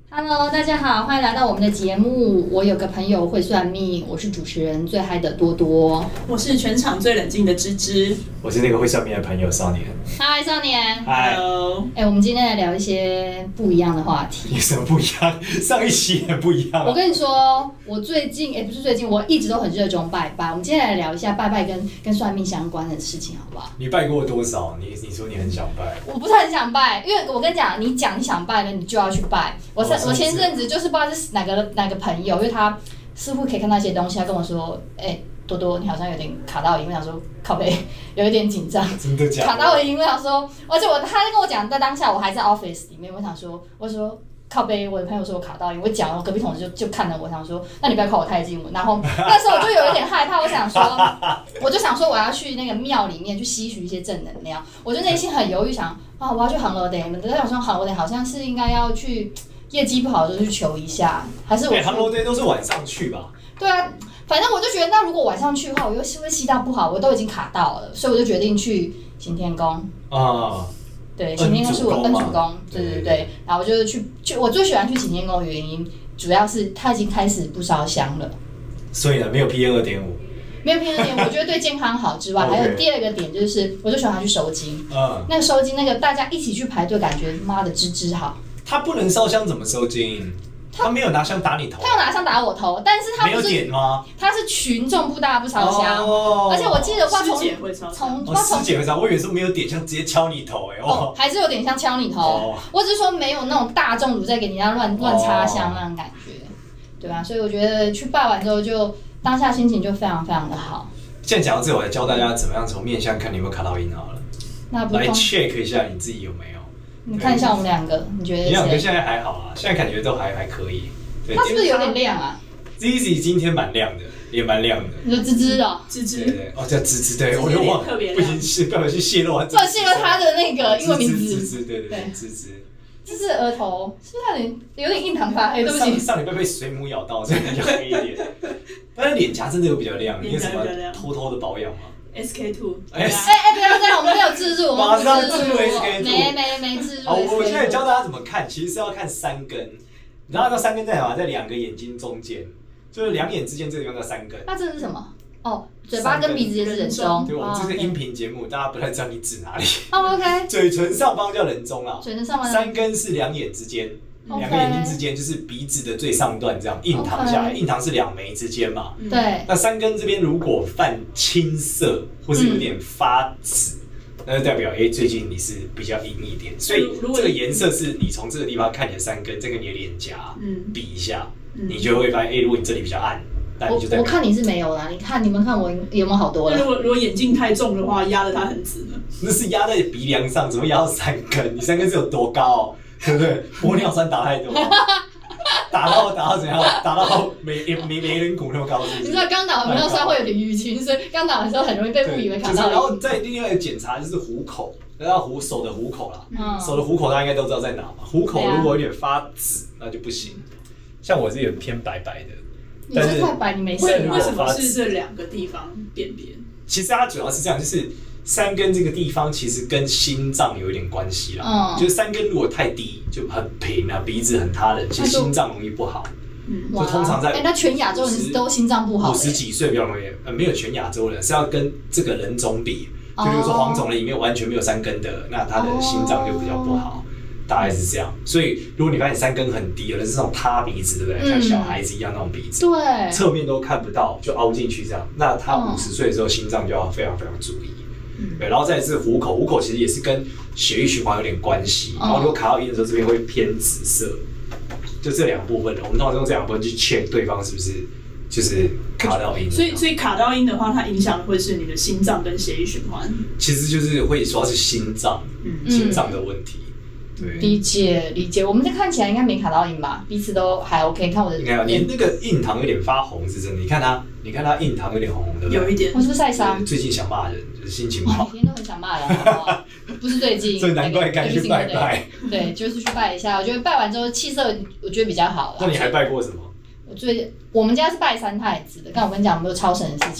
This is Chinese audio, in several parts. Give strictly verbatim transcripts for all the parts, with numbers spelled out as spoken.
Hello， 大家好，欢迎来到我们的节目。我有个朋友会算命，我是主持人最嗨的多多， 我是全场最冷静的芝芝， 我是那个会算命的朋友少年。 嗨，少年。 嗨。 哎，我们今天来聊一些不一样的话题。 有什么不一样？上一期也不一样、啊。 我跟你说，我最近哎，不是最近，我一直都很热衷拜拜。我们今天来聊一下拜拜跟跟算命相关的事情，好不好？ 你拜过多少？你你说你很想拜？ 我不是很想拜，因为我跟你讲，你讲你想拜了，你就要去拜。我是、哦、我前阵子就是不知道是哪个哪个朋友，因为他似乎可以看到一些东西，他跟我说，哎、欸，多多，你好像有点卡到音，我想说靠北，有一点紧张， 真的假的？ 卡到我音，我想说，而且我他跟我讲，在当下我还在 office 里面，我想说，我说。靠背，我的朋友说我卡到音，我讲，我隔壁同事就就看着我，想说，那你不要靠我太近。然后那时候我就有一点害怕，我想说，我就想说我要去那个庙里面去吸取一些正能量，我就内心很犹豫，想啊，我要去航楼得，但想说航楼得好像是应该要去业绩不好的时候去求一下，还是我航楼得都是晚上去吧？ 对啊，反正我就觉得，那如果晚上去的话，我又是会吸到不好，我都已经卡到了，所以我就决定去行天宫啊。对，擎天宫是我恩主公，对对 对, 对。然后我就是去，去我最喜欢去擎天宫的原因，主要是它已经开始不烧香了。 所以呢，没有 P M 二点五， 没有 P M 二点五，我觉得对健康好之外，还有第二个点就是，我就喜欢他去收金。嗯。那个收金，那个大家一起去排队，感觉妈的吱吱好。 他不能烧香，怎么收金？他没有拿香打你头， 他有拿香打我头，但是他不是没有点吗？ 他是群众不大家不烧香，哦、而且我记得话从从从师姐会烧，我以为是没有点香直接敲你头哎、欸， 哦，还是有点像敲你头，哦、我只是说没有那种大众主在给人家乱乱插香那种感觉，对吧？所以我觉得去拜完之后就当下心情就非常非常的好。 现在讲到这，我来教大家怎么样从面相看你有没有卡到音好了， 那不来 check 一下你自己有没有。 你看一下我们两个，你觉得？ 你两个现在还好啊，现在感觉都还还可以。 它是不是有点亮啊 ？Zizi 今天蛮亮的，也蛮亮的。 你说芝芝哦， 芝芝， 对对，哦叫芝芝，对我就忘了，不行，是不要去泄露完。 不然泄露他的那个英文名字。 芝芝，对对对，芝芝。 芝芝额头是不是有点有点印堂发黑？对不起， 上礼拜被水母咬到，所以比较黑一点。但是脸颊真的有比较亮，你有什么偷偷的保养吗 ？S K two， 哎哎，不要这样，我们没有置入， 马上置入 S K two， 没没没置入。 好，我现在教大家怎么看，其实是要看三根。你知道那三根在哪？在两个眼睛中间，就是两眼之间这个地方叫三根。 那这是什么？哦，嘴巴跟鼻子也是人中。 对，我们这是音频节目，大家不太知道你指哪里。 哦 ，OK。 嘴唇上方叫人中啦， 嘴唇上方。 三根是两眼之间，两个眼睛之间就是鼻子的最上段，这样印堂下来，印堂是两眉之间嘛。 对。 那三根这边如果泛青色或是有点发紫。那就代表，哎、欸，最近你是比较阴一点，所以这个颜色是你从这个地方看你的三根，再跟你的脸颊比一下，嗯、你就会发现，哎、欸，如果你这里比较暗，那你就代表我, 我看你是没有啦，你看你们看我有没有好多了？ 如果如果眼镜太重的话，压得它很直呢？ 那是压在鼻梁上，怎么压到三根？你三根是有多高、哦？对不对？玻尿酸打太多。打到打到怎样？打到没没没人骨那么高是不是？ 你知道刚打完玻尿酸会有点淤青，所以刚打的时候很容易被误以为卡到、就是。 然后再另外一个检查就是虎口，要虎手的虎口啦，嗯、手的虎口大家应该都知道在哪嘛。虎口如果有点发紫，那就不行。像我是有偏白白的， 你是太白，你没事。 为什么是这两个地方便便？ 其实它主要是这样，就是三根这个地方其实跟心脏有一点关系啦。嗯，就是三根如果太低，就很平啊，鼻子很塌的，其实心脏容易不好。嗯，就通常在， 哎，那全亚洲人都心脏不好。 五十几岁比较容易，呃，没有全亚洲人，是要跟这个人种比。就比如说黄种人里面完全没有三根的，那他的心脏就比较不好。大概是这样，所以如果你发现三根很低，有的是那种塌鼻子，对不对？嗯、像小孩子一样那种鼻子， 对， 侧面都看不到，就凹进去这样。那他五十岁的时候，心脏就要非常非常注意。嗯、对，然后再来是虎口，虎口其实也是跟血液循环有点关系。嗯、然后如果卡到阴的时候，这边会偏紫色，就这两部分的。我们通常用这两部分去 check 对方是不是就是卡到阴。 所以，所以卡到阴的话，它影响的会是你的心脏跟血液循环。 其实就是会主要是心脏，嗯、心脏的问题。 理解理解，我们这看起来应该没卡到阴吧？彼此都还 OK。看我的， 应该有，你那个印堂有点发红是真的。你看他，你看他印堂有点红红的， 有一点。 我是不是晒伤？ 最近想骂人，就是心情不好。 每天都很想骂人，好不好？不是最近。 所以难怪该去拜拜。 对，就是去拜一下。我觉得拜完之后气色，我觉得比较好了。 那你还拜过什么？ 我最我们家是拜三太子的，但我跟你讲，我们有超神的事情。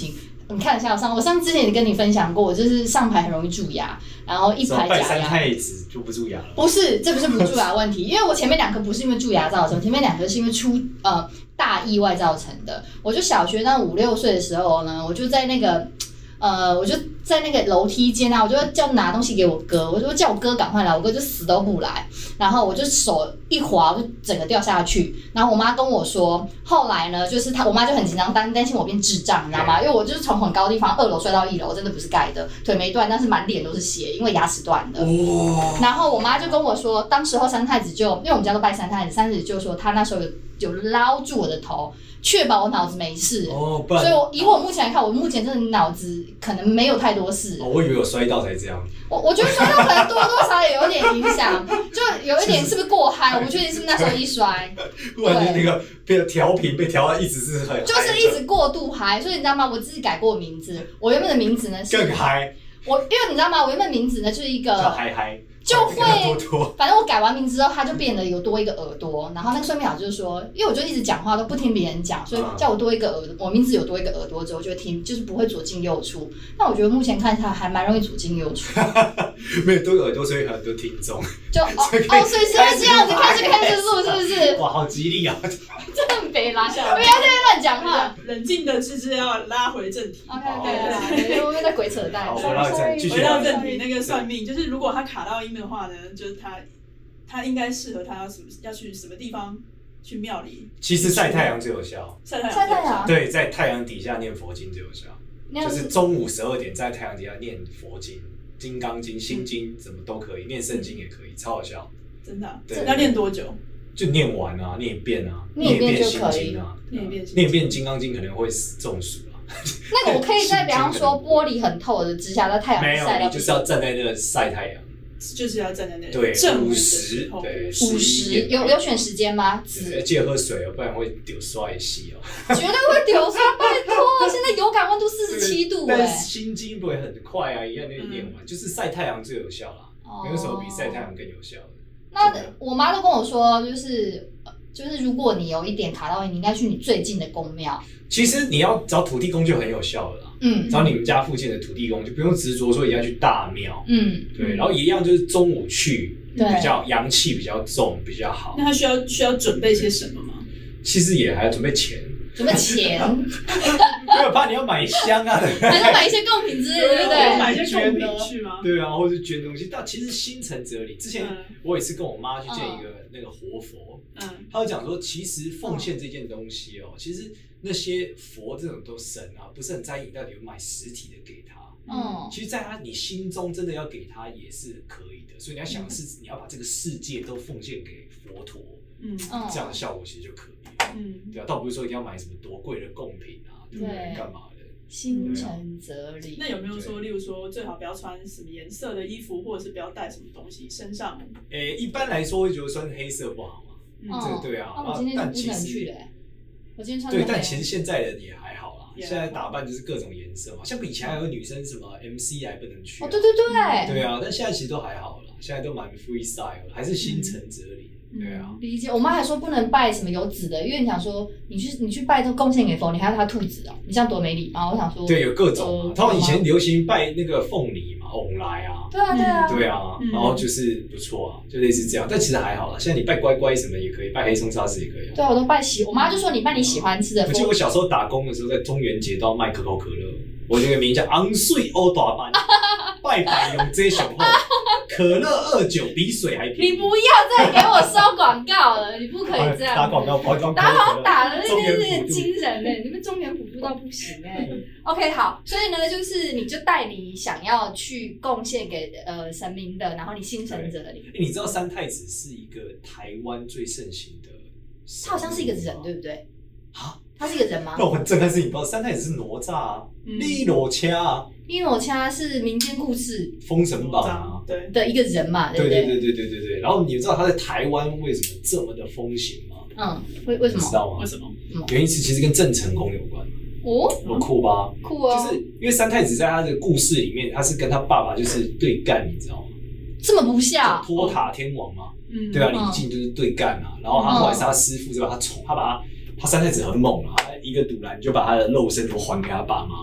你看一下我上，我上之前也跟你分享过，我就是上排很容易蛀牙，然后一排假三牙。 太子就不蛀牙了？ 不是，这不是不蛀牙的问题，因为我前面两颗不是因为蛀牙造成，前面两颗是因为出呃大意外造成的。我就小学那五六岁的时候呢，我就在那个。呃，我就在那个楼梯间啊，我就叫拿东西给我哥，我就叫我哥赶快来，我哥就死都不来，然后我就手一滑，我就整个掉下去。然后我妈跟我说，后来呢，就是她，我妈就很紧张，担担心我变智障，你知道吗？因为我就是从很高的地方二楼摔到一楼，真的不是盖的，腿没断，但是满脸都是血，因为牙齿断的。 哦、 然后我妈就跟我说，当时候三太子就，因为我们家都拜三太子，三太子就说他那时候有有捞住我的头。确保我脑子没事， 哦、 所以我以我目前来看，我目前真的脑子可能没有太多事。 哦、我以为有摔到才这样。 我我觉得摔到可能多多少少也有点影响，就有一点是不是过嗨？我不确定是不是那时候一摔， 忽然间那个被调频被调到一直是很， 就是一直过度嗨，所以你知道吗？我自己改过名字，我原本的名字呢是更嗨。 我因为你知道吗？我原本名字呢就是一个叫嗨嗨。 就会，反正我改完名之后，他就变得有多一个耳朵。然后那个算命佬就是说，因为我就一直讲话都不听别人讲，所以叫我多一个耳，我名字有多一个耳朵之后，就会听，就是不会左进右出。那我觉得目前看起来还蛮容易左进右出。 没有多个耳朵，所以很多听众。 就哦哦，所以是会这样子开始开始录，是不是？ 哇，好吉利啊！ 真的很悲啦，不要在那边乱讲话。 冷静的芝芝要拉回正题。 OK OK， 因为我们在鬼扯淡。 回到正题， 回到正题，那个算命就是如果他卡到音的话呢，就是他他应该适合他要什么要去什么地方去庙里。 其实晒太阳最有效。 晒太阳。 晒太阳。 对，在太阳底下念佛经最有效。就是中午十二点在太阳底下念佛经，《金刚经》《心经》怎么都可以，念圣经也可以，超有效。 真的、啊？ 对。 要念多久？ 就念完啊，念一遍啊， 念一遍心经啊， 念一遍， 念一遍《金刚经》可能会中暑啊。 那个我可以在比方说玻璃很透的之下，在太阳晒到。 没有，你就是要站在那个晒太阳。 就是要站在那对正午时，对午时有有选时间吗？ 记得喝水哦，不然会丢刷一戏哦。 绝对会丢刷，拜托！现在有感温度四十七度哎。 但是心经不会很快啊，一样那念完，就是晒太阳最有效啦。没有什么比晒太阳更有效的。 那我妈都跟我说，就是就是如果你有一点卡到你应该去你最近的宫庙。 其实你要找土地公就很有效了啦。 嗯， 找你们家附近的土地公就不用执着说一定要去大庙。 嗯， 对，然后也一样就是中午去， 对， 比较阳气比较重，比较好。 那他需要需要准备些什么吗？ 其实也还要准备钱。 准备钱？ 没有怕你要买香啊， 还是买一些贡品之类的，对不对？ 买一些贡品去吗？ 对啊，或者是捐东西。但其实心诚则灵。之前我也是跟我妈去见一个那个活佛，嗯，他就讲说，其实奉献这件东西哦，其实那些佛这种都神啊，不是很在意你到底有买实体的给他。嗯，其实，在他你心中真的要给他也是可以的。所以你要想的是，你要把这个世界都奉献给佛陀，嗯，这样的效果其实就可以。嗯，对啊，倒不是说一定要买什么多贵的贡品啊，对不对？干嘛的？ 心诚则灵。 那有没有说，例如说，最好不要穿什么颜色的衣服，或者是不要带什么东西身上？ 诶，一般来说会觉得穿黑色不好嘛。嗯，这对啊。 那我今天就不能去嘞。我今天穿对，但其实现在的也还好啦。现在打扮就是各种颜色嘛，像以前还有女生什么 M C 还不能去。 哦，对对对。 对啊，但现在其实都还好啦，现在都蛮 freestyle 的，还是心诚则灵。对啊， 理解。我妈还说不能拜什么有籽的，因为你想说你去你去拜都贡献给佛，你还要他吐籽哦，你这样多没礼貌。我想说， 对，有各种。他们以前流行拜那个凤梨嘛，翁来啊。 对啊，对啊， 对啊，然后就是不错啊，就类似这样。但其实还好啦，现在你拜乖乖什么也可以，拜黑松沙士也可以。 对啊，我都拜喜。我妈就说你拜你喜欢吃的。 我记得我小时候打工的时候，在中元节都要卖可口可乐，我这个名叫昂水欧大班，拜拜用这雄厚。可乐二九比水还便宜。 你不要再给我收广告了，你不可以这样。 打广告，包装。 打广告打的那个惊人嘞，你们中原普渡到不行哎。OK， 好，所以呢，就是你就带你想要去贡献给呃神明的，然后你心诚则灵。 你知道三太子是一个台湾最盛行的， 他好像是一个人，对不对？啊，他是一个人吗？ 那我很震撼，是你不知道三太子是哪吒啊，李罗掐啊。 因为我掐是民间故事 《封神榜》啊， 对的一个人嘛，对不对？ 对对对对对对。然后你知道他在台湾为什么这么的风行吗？ 嗯，为为什么？ 你知道吗？ 为什么？ 原因是其实跟郑成功有关。 哦， 有酷吧？ 酷啊！ 就是因为三太子在他的故事里面，他是跟他爸爸就是对干，你知道吗？ 这么不孝？ 托塔天王嘛，嗯，对啊，李靖就是对干啊。然后他后来是他师父，就把他宠，他把他他三太子很猛啊，一个赌篮就把他的肉身都还给他爸妈嘛。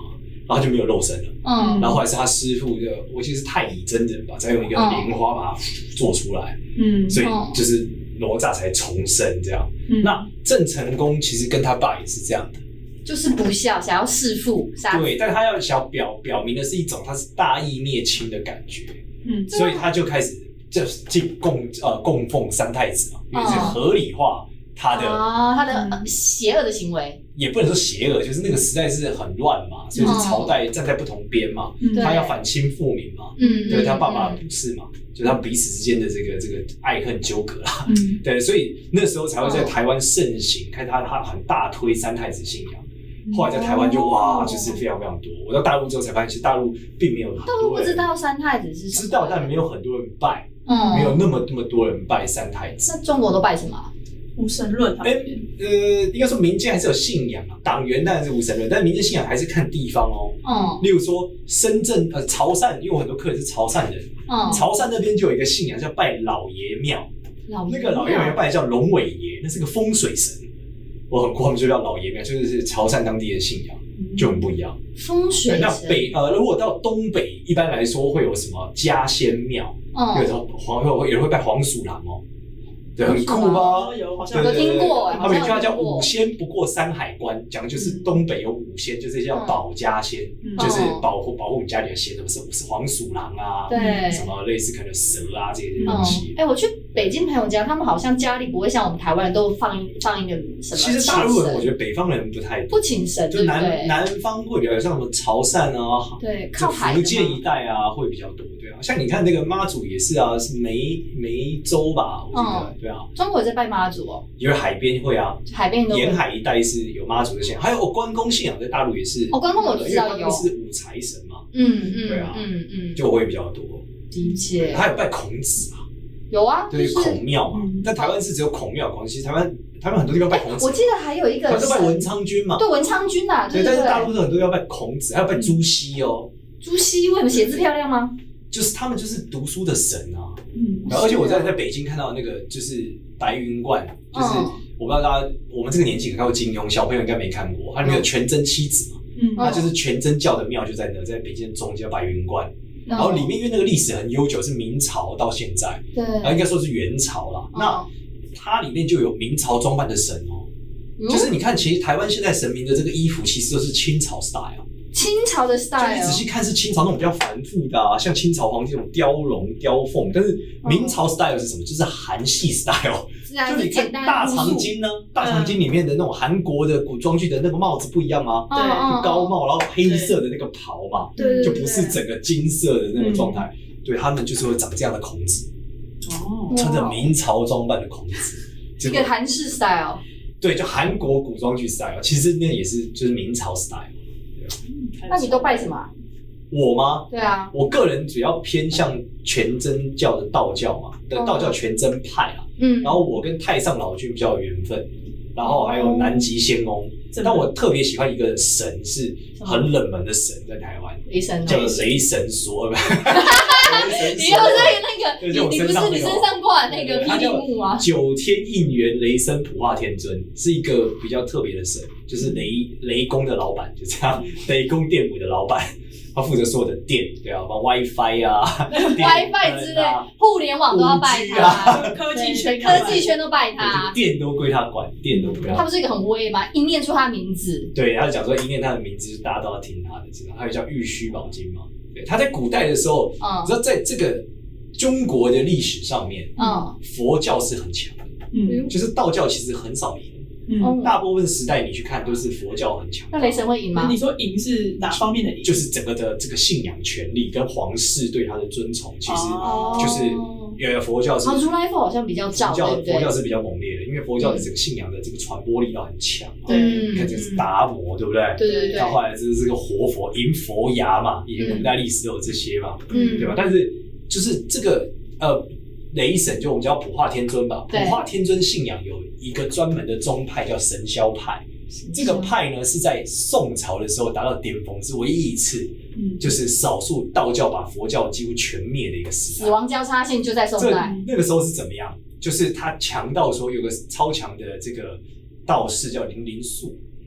然后就没有肉身了。 嗯， 然后后来是他师傅的，我记得是太乙真人吧，再用一个莲花把它做出来， 嗯， 所以就是哪吒才重生这样。 嗯、 那郑成功其实跟他爸也是这样的。 就是不孝，想要弑父杀。 对，但他要想表表明的是一种他是大义灭亲的感觉， 嗯， 所以他就开始就进供呃供奉三太子嘛，因为是合理化他的啊、哦、他的、呃、邪恶的行为， 也不能说邪恶，就是那个时代是很乱嘛，所以是朝代站在不同边嘛， 嗯、 他要反清复明嘛， 嗯， 对他爸爸不是嘛，嗯、就是他们彼此之间的这个这个爱恨纠葛啦， 嗯， 对，所以那时候才会在台湾盛行，看他他很大推三太子信仰。后来在台湾就哇，就是非常非常多。我到大陆之后才发现，其实大陆并没有很多人。 大陆不知道三太子是什么？ 知道，但没有很多人拜， 嗯， 没有那么那么多人拜三太子。 那中国都拜什么？ 无神论。 哎，呃，应该说民间还是有信仰啊，党员当然是无神论，但是民间信仰还是看地方哦。 嗯， 例如说深圳呃潮汕，因为我很多客人是潮汕人， 嗯， 潮汕那边就有一个信仰叫拜老爷庙， 老爷那个老爷庙拜的叫龙尾爷，那是个风水神。我很酷，他们就叫老爷庙，就是潮汕当地的信仰。就很不一样。 风水那北呃，如果到东北，一般来说会有什么家仙庙？嗯，有时候黄有人会拜黄鼠狼哦，对，很酷吧？ 有，好像有听过哎。 他们有句话叫五仙不过山海关，讲的就是东北有五仙，就是叫保家仙，就是保护保护你家里的仙，什么是是黄鼠狼啊， 对， 什么类似可能蛇啊这些东西。 哎，我去北京朋友家，他们好像家里不会像我们台湾人都放一放一个什么。 其实大陆人我觉得北方人不太不请神， 就南南方会比较像什么潮汕啊， 对，靠海福建一带啊会比较多，对啊，像你看那个妈祖也是啊，是梅梅州吧，我记得，对啊。 中国也在拜妈祖哦， 因为海边会啊， 海边都沿海一带是有妈祖的信仰，还有关公信仰在大陆也是。 哦，关公我知道有， 是五财神嘛， 嗯嗯， 对啊， 嗯嗯， 就会比较多。 理解。 还有拜孔子啊， 有啊， 对，孔庙嘛。但台湾是只有孔庙，孔其实台湾台湾很多地方拜孔子。 我记得还有一个， 好像拜文昌君嘛， 对，文昌君啊， 对。但是大陆很多要拜孔子，还有拜朱熹哦。 朱熹为什么写字漂亮吗？ 就是他们就是读书的神啊， 嗯， 而且我在在北京看到那个就是白云观，就是我不知道大家我们这个年纪可能看过金庸，小朋友应该没看过，它里面有全真七子嘛，嗯，那就是全真教的庙就在那，在北京中叫白云观，然后里面因为那个历史很悠久，是明朝到现在， 对， 啊，应该说是元朝啦，那它里面就有明朝装扮的神哦，就是你看，其实台湾现在神明的这个衣服其实都是清朝 style。 清朝的 style， 就你仔细看是清朝那种比较繁复的啊，像清朝皇帝那种雕龙雕凤，但是明朝 style 是什么？就是韩系 style， 就你看大长今呢，大长今里面的那种韩国的古装剧的那个帽子不一样吗？ 对， 就高帽，然后黑色的那个袍嘛， 对， 就不是整个金色的那个状态。对，他们就是会长这样的孔子，哦，穿着明朝装扮的孔子， 一个韩式 style。 对，就韩国古装剧 style， 其实那也是就是明朝 style。 那你都拜什么、啊？ 我吗？ 对啊， 我个人主要偏向全真教的道教嘛，的道教全真派啊。嗯，然后我跟太上老君比较有缘分，然后还有南极仙翁。嗯、但我特别喜欢一个神，是很冷门的神，在台湾， 雷神， 叫雷神索尔。 你又在那个，你你不是你身上挂那个霹雳木吗？ 九天应元雷声普化天尊是一个比较特别的神，就是雷雷公的老板，就这样，雷公电母的老板，他负责所有的电，对啊，包括 WiFi 啊 ，WiFi 之类，互联网都要拜他， 科技圈科技圈都拜他， 电都归他管，电都归他。 他不是一个很威吗？一念出他的名字， 对，他就讲说一念他的名字，大家都要听他的，知道？还有叫玉虚宝金嘛。对，他在古代的时候，嗯，你知道在这个中国的历史上面，嗯，佛教是很强的，嗯，就是道教其实很少赢，嗯，大部分时代你去看都是佛教很强。 那雷神会赢吗？ 你说赢是哪方面的赢？ 就是整个的这个信仰权利跟皇室对他的尊崇，其实就是有佛教是， 如来佛好像比较照， 佛教佛教是比较猛烈的，因为佛教的这个信仰的这个传播力道很强嘛。 对， 你看这个是达摩，对不对？ 对对对。 到后来这是这个活佛银佛牙嘛，以前古代历史都有这些嘛，嗯，对吧？但是就是这个呃雷神，就我们叫普化天尊吧，普化天尊信仰有一个专门的宗派叫神霄派。这个派呢是在宋朝的时候达到巅峰，是唯一一次，嗯，就是少数道教把佛教几乎全灭的一个时代。 死亡交叉线就在宋代。 那个时候是怎么样？就是他强到说有个超强的这个道士叫林林素，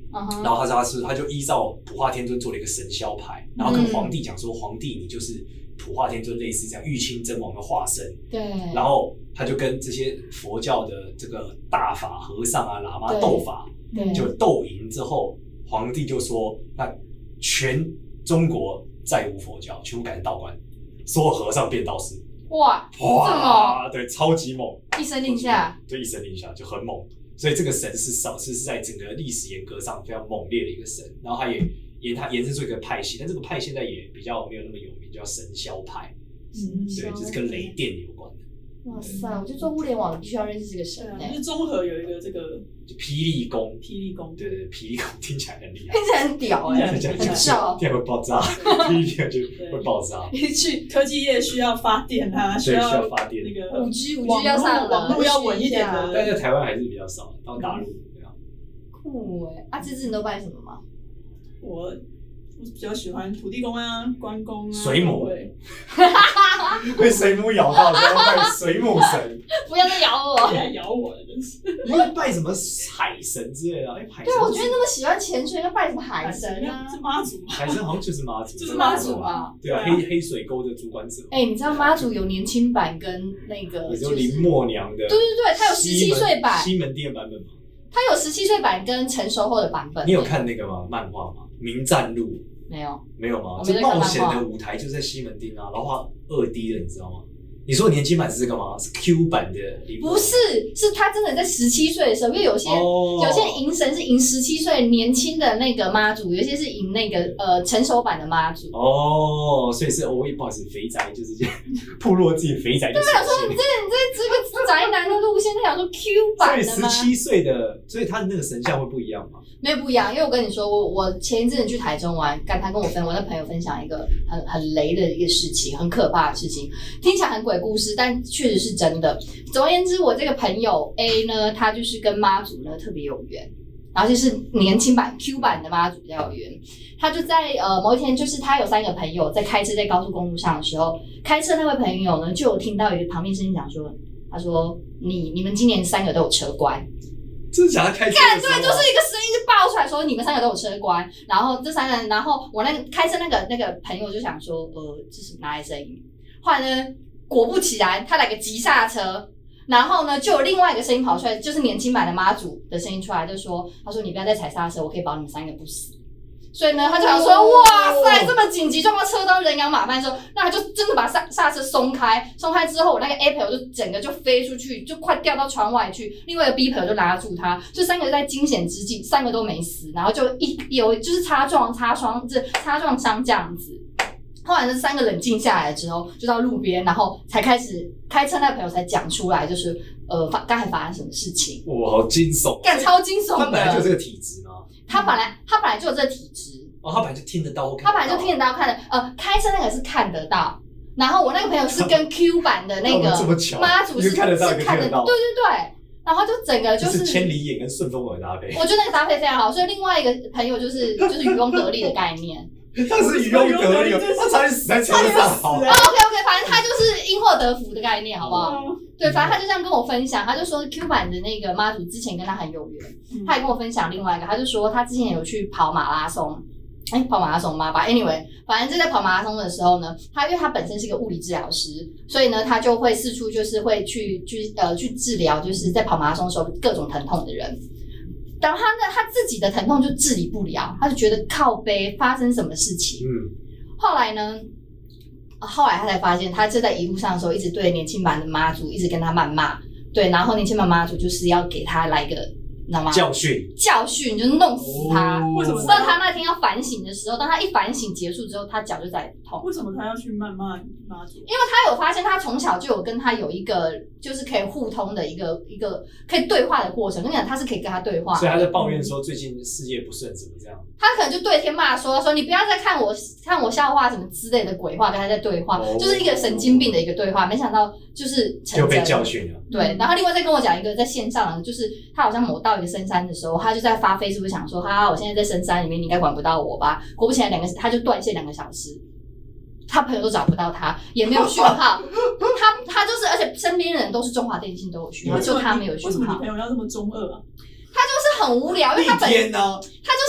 Uh-huh. 然后他他是他就依照普化天尊做了一个神霄牌，然后跟皇帝讲说，皇帝你就是普化天尊类似这样玉清真王的化身。 对。 然后他就跟这些佛教的这个大法和尚啊、喇嘛斗法，就斗赢之后，皇帝就说，那全中国再无佛教，全部改成道观，所有和尚变道士。 哇， 哇，对，超级猛， 一声令下， 对，一声令下就很猛。所以这个神是少是是在整个历史沿革上非常猛烈的一个神，然后他也延他延伸出一个派系，但这个派现在也比较没有那么有名，叫神霄派，嗯，对，就是跟雷电有关的。 哇塞，我觉得做互联网必须要认识这个神诶、 欸。就是综合有一个这个就霹雳功， 霹雳功， 对对对，霹雳功听起来很厉害， 听起来很屌哎、欸，很笑，听起来会爆炸，霹雳就会爆炸。 一去科技业需要发电啊，需要需要发电， 那个五 G 五 G 要上网络要稳一点的， 但在台湾还是比较少，到大陆这样。 酷哎、欸！啊，芝芝你都拜什么吗？ 我。我比较喜欢土地公啊、关公啊、 水母，被水母咬到，然后拜水母神。 不要再咬我！ 不要咬我了，真是。 你会拜什么海神之类的？哎，海神。 对，我觉得那么喜欢潜水，应该拜什么海神啊？ 是妈祖吗？ 海神好像就是妈祖， 就是妈祖啊。 对啊，黑黑水沟的主管者。 哎，你知道妈祖有年轻版跟那个， 你说林默娘的？ 对对对，它有十七岁版， 西门町的版本吗？ 它有十七岁版跟成熟后的版本。 你有看那个吗？漫画吗？名战录。 没有， 没有吗？这冒险的舞台就在西门町啊，然后画二 D 的，你知道吗？你说年轻版是这个吗？是 Q 版的？ 不是，是他真的在十七岁的时候，因为有些、oh. 有些迎神是迎十七岁年轻的那个妈祖，有些是迎那个呃成熟版的妈祖。 哦、oh, ，所以是我也不好意思，肥宅就是这样，暴露自己肥宅。 对，想说你这你这这个宅男的路线，就想说 Q 版的吗？ 所以十七岁的，所以他的那个神像会不一样吗？ 没有不一样，因为我跟你说，我我前一阵子去台中玩，刚他跟我分，我的朋友分享一个很很雷的一个事情，很可怕的事情，听起来很鬼故事，但确实是真的。总而言之，我这个朋友 A 呢，他就是跟妈祖呢特别有缘，然后就是年轻版 Q 版的妈祖比较有缘。他就在呃某一天，就是他有三个朋友在开车在高速公路上的时候，开车那位朋友呢就有听到有一个旁边声音讲说，他说你你们今年三个都有车关。 真的假的？开车干对，就是一个声音就爆出来说你们三个都有车关，然后这三个人，然后我那个开车那个那个朋友就想说，呃，这是哪来声音？后来呢，果不其然，他来个急刹车，然后呢，就有另外一个声音跑出来，就是年轻版的妈祖的声音出来，就说，他说你不要再踩刹车，我可以保你们三个不死。所以呢，他就想说，哇塞，这么紧急状况，车都人仰马翻的时候，那他就真的把刹刹车松开，松开之后，我那个 A 朋友就整个就飞出去，就快掉到窗外去。另外一个 B 朋友就拉住他，就三个人在惊险之际，三个都没死，然后就一有就是擦撞、擦伤，这擦撞伤这样子。后来这三个冷静下来之后，就到路边，然后才开始开车那个朋友才讲出来，就是呃发刚才发生什么事情。 哇，好惊悚！ 干超惊悚的。 他本来就有这个体质吗？ 他本来他本来就有这个体质。 哦，他本来就听得到， 他本来就听得到，看得呃，开车那个是看得到，然后我那个朋友是跟 Q 版的那个妈祖是看得到， 是看得到，对对对，然后就整个就是千里眼跟顺风耳搭配， 我觉得那个搭配非常好，所以另外一个朋友就是就是渔翁得利的概念。 他是渔翁得利，他差点死在车上，好。 OK OK， 反正他就是因祸得福的概念，好不好？对，反正他就这样跟我分享，他就说 Q 版的那个妈祖之前跟他很有缘，他也跟我分享另外一个，他就说他之前有去跑马拉松。哎，跑马拉松吗吧 ？Anyway， 反正就在跑马拉松的时候呢，他因为他本身是一个物理治疗师，所以呢，他就会四处就是会去去呃去治疗，就是在跑马拉松的时候各种疼痛的人。然后他呢，他自己的疼痛就治理不了，他就觉得靠背发生什么事情。嗯，后来呢，后来他才发现，他就在一路上的时候一直对年轻版的妈祖一直跟他谩骂，对，然后年轻版妈祖就是要给他来一个。你知道吗？ 教训， 教训就是弄死他。 为什么？ 到他那天要反省的时候，当他一反省结束之后，他脚就再也不痛。 为什么他要去谩骂妈祖？ 因为他有发现，他从小就有跟他有一个就是可以互通的一个一个可以对话的过程。跟你讲，他是可以跟他对话的。 所以他在抱怨说最近事业不顺，怎么这样？ 他可能就对天骂说说你不要再看我看我笑话什么之类的鬼话，跟他在对话，哦、就是一个神经病的一个对话。没想到就是成真就被教训了。 对，然后另外再跟我讲一个在线上的，就是他好像某到一个深山的时候，他就在发Facebook想说，哈，我现在在深山里面，你应该管不到我吧？果不其然，两个他就断线两个小时，他朋友都找不到他，也没有讯号。他他就是，而且身边的人都是中华电信都有讯号，就他没有讯号。 为什么你朋友要这么中二啊？ 他就是很无聊，因为他本天呢， 他就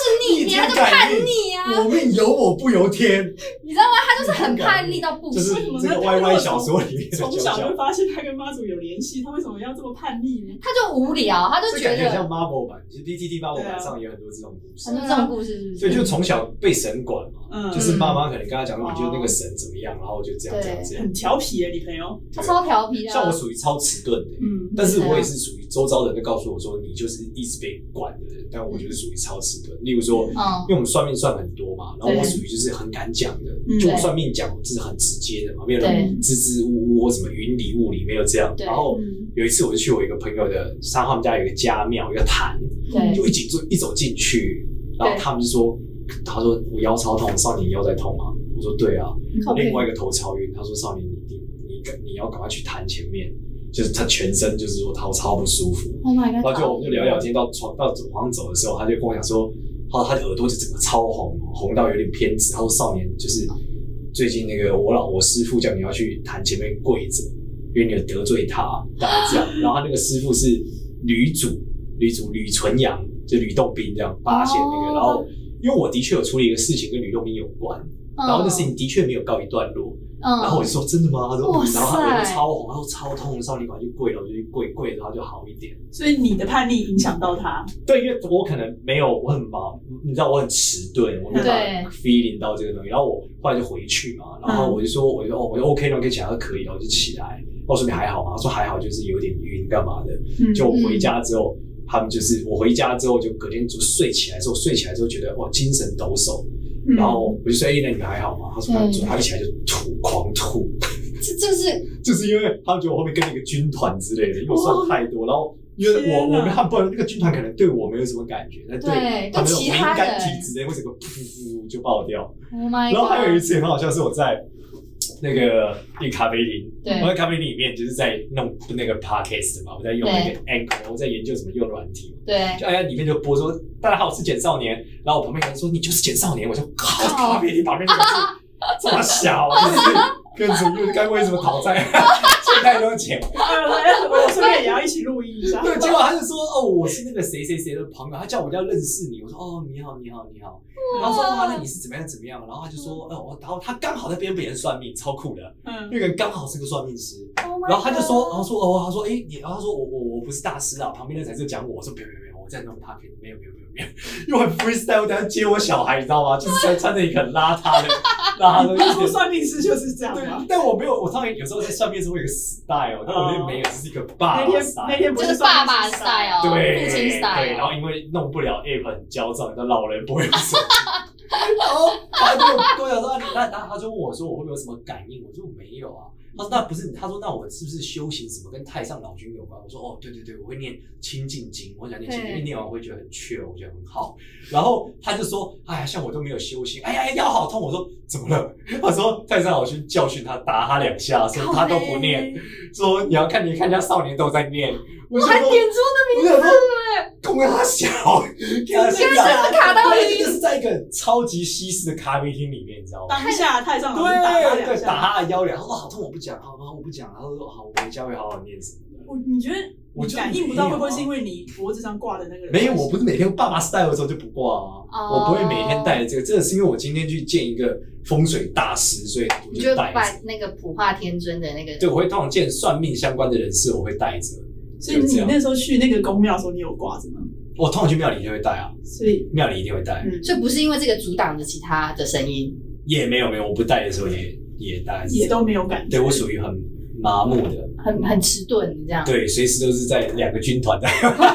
逆天，他就叛逆啊！ 我命由我不由天， 你知道吗？他就是很叛逆到不行。 就是这个 Y Y 小说里面的从小就发现他跟妈祖有联系，他为什么要这么叛逆呢？ 他就无聊，他就觉得这感觉像 Marvel 版，其实 P T T Marvel 版上也有很多这种故事， 很多这种故事是不是？ 所以就从小被神管嘛， 嗯， 就是妈妈可能跟他讲说，你觉得那个神怎么样，然后就这样这样这样， 很调皮耶，女朋友， 他超调皮的。 像我属于超迟钝的，嗯，但是我也是属于周遭的人都告诉我说，你就是一直被管的人，但我就是属于超迟钝。例如说，嗯，因为我们算命算很多嘛，然后我属于就是很敢讲的，就我算命讲就是很直接的嘛，没有那种支支吾吾或什么云里雾里，没有这样。然后有一次我就去我一个朋友的，他们家有一个家庙，一个坛，就一走一走进去，然后他们就说，他说我腰超痛，少年腰在痛吗？我说对啊。另外一个头超晕，他说少年你你你你要赶快去坛前面。就是他全身就是说他超不舒服 ，Oh my god！ 然后就我们就聊聊天，到床到床上走的时候，他就跟我讲说，他他的耳朵就整个超红，红到有点偏紫。他说少年就是最近那个我老我师父叫你要去坛前面跪着，因为你有得罪他，大概这样。然后他那个师父是吕祖，吕祖吕纯阳，就吕洞宾这样八仙那个。然后因为我的确有处理一个事情跟吕洞宾有关，然后那事情的确没有告一段落。嗯、然后我就说真的吗？他说，嗯、然后他耳朵超红，他说超痛，少年赶快去跪了，我就去跪跪，然后就好一点。 所以你的叛逆影响到他？ 对，因为我可能没有，我很忙，你知道我很迟钝，我没办法 feeling 到这个东西。然后我后来就回去嘛，然后我就说，我就哦，我就 OK 了，我可以起来，可以了，我就起来。我说你还好吗？他说还好，就是有点晕，干嘛的？嗯、就我回家之后，他们就是我回家之后，就隔天就睡起来之后，睡起来之后觉得哇精神抖擞。然后我就说：“哎、欸，那你们还好吗？”他说他：“他一起来就吐，狂吐。” 这这是就是因为他们觉得我后面跟那个军团之类的，因为我算太多，然后因为我我跟他们不然那个军团可能对我没有什么感觉，但对他们有敏感体质的会整个噗就爆掉。 Oh my god！ 然后还有一次很好笑，是我在那个一个咖啡厅，我在咖啡厅里面就是在弄那个 podcast 嘛，我在用那个 Anchor， 我在研究怎么用软体。 对， 就哎呀，里面就播说大家好，我是简少年，然后我旁边有人说你就是简少年，我就靠咖啡厅旁边那个字这么小，就是跟主又该为什么讨债，欠太多钱。 我顺便也要一起录音一下。 对，结果他就说哦，我是那个谁谁谁的朋友，他叫我要认识你。我说哦，你好，你好，你好。然后说哇，那你是怎么样怎么样？然后他就说哦，然后他刚好在边别人算命，超酷的。嗯，那个人刚好是个算命师。然后他就说，然后说哦，他说哎，你，然后他说我我我不是大师啊，旁边人才是讲我。我说没有没有没有，我在弄他，没有没有没有没有，因为很 freestyle， 我等下接我小孩，你知道吗？就是在穿着一个很邋遢的。 那他说算命师就是这样嘛？ 但我没有，我通常有时候在算命时会有个 style， 但我那天没有，只是一个爸爸 style。 那天不是爸爸 style， 对， 父亲 style。 对，然后因为弄不了 app 很焦躁，你知道老人不会说。然后他就跟我讲说，那那他就问我说，我会不会有什么感应？我说我没有啊。他说那不是，他说那我是不是修行什么跟太上老君有关？我说哦，对对对，我会念清净经，我想念清净经，念完我会觉得很确，我觉得很好。然后他就说，哎呀，像我都没有修行，哎呀腰好痛。我说怎么了？他说太上老君教训他，打他两下，说他都不念，说你要看你看人家少年都在念。 我还点出那名字哎， 公他小，给他现在是卡到你，就是在一个超级西式的咖啡厅里面，你知道吗？ 当下太上老君打他两下， 打他的腰两下，他说好痛，我不讲，好，我不讲，然后说好，我回家会好好念什么的。 我你觉得你感应不到，会不会是因为你脖子上挂的那个人？ 没有，我不是每天爸爸 style 的时候就不挂啊，我不会每天带着这个，真的是因为我今天去见一个风水大师，所以我就带着。 把那个普化天尊的那个， 对，我会通常见算命相关的人士，我会带着。 所以你那时候去那个宫庙的时候，你有挂着吗？ 我通常去庙里一定会带啊， 所以庙里一定会带、 嗯。所以不是因为这个阻挡着其他的声音， 也没有没有，我不带的时候也也大概也都没有感觉。 对我属于很麻木的， 很很迟钝这样。 对，随时都是在两个军团在。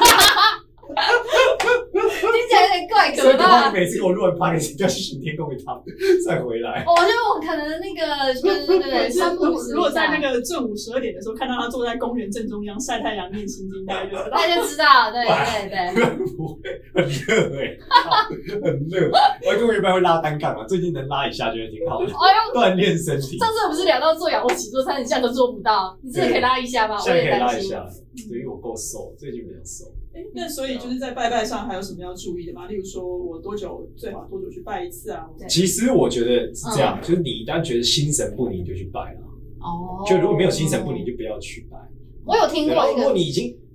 听起来有点怪， 所以的话，你每次给我录完 podcast 要去巡天宫一趟，再回来。 哦，我觉得我可能那个，对对对，三不五时。 如果在那个正午十二点的时候看到他坐在公园正中央晒太阳念心经，大家就大家就知道，对对对。 不会，很热哎，很热。我跟我原本会拉单杠嘛，最近能拉一下，觉得挺好的，锻炼身体。 上次我不是聊到做仰卧起坐，差点下都做不到，你真的可以拉一下吗？ 现在可以拉一下，对，因为我够瘦，最近比较瘦。 欸、那所以就是在拜拜上还有什么要注意的吗？例如说我多久最好多久去拜一次啊？ 其实我觉得是这样，嗯、就是你一旦觉得心神不宁就去拜了。哦。就如果没有心神不宁，就不要去拜。 我有听过一个， 如果你已经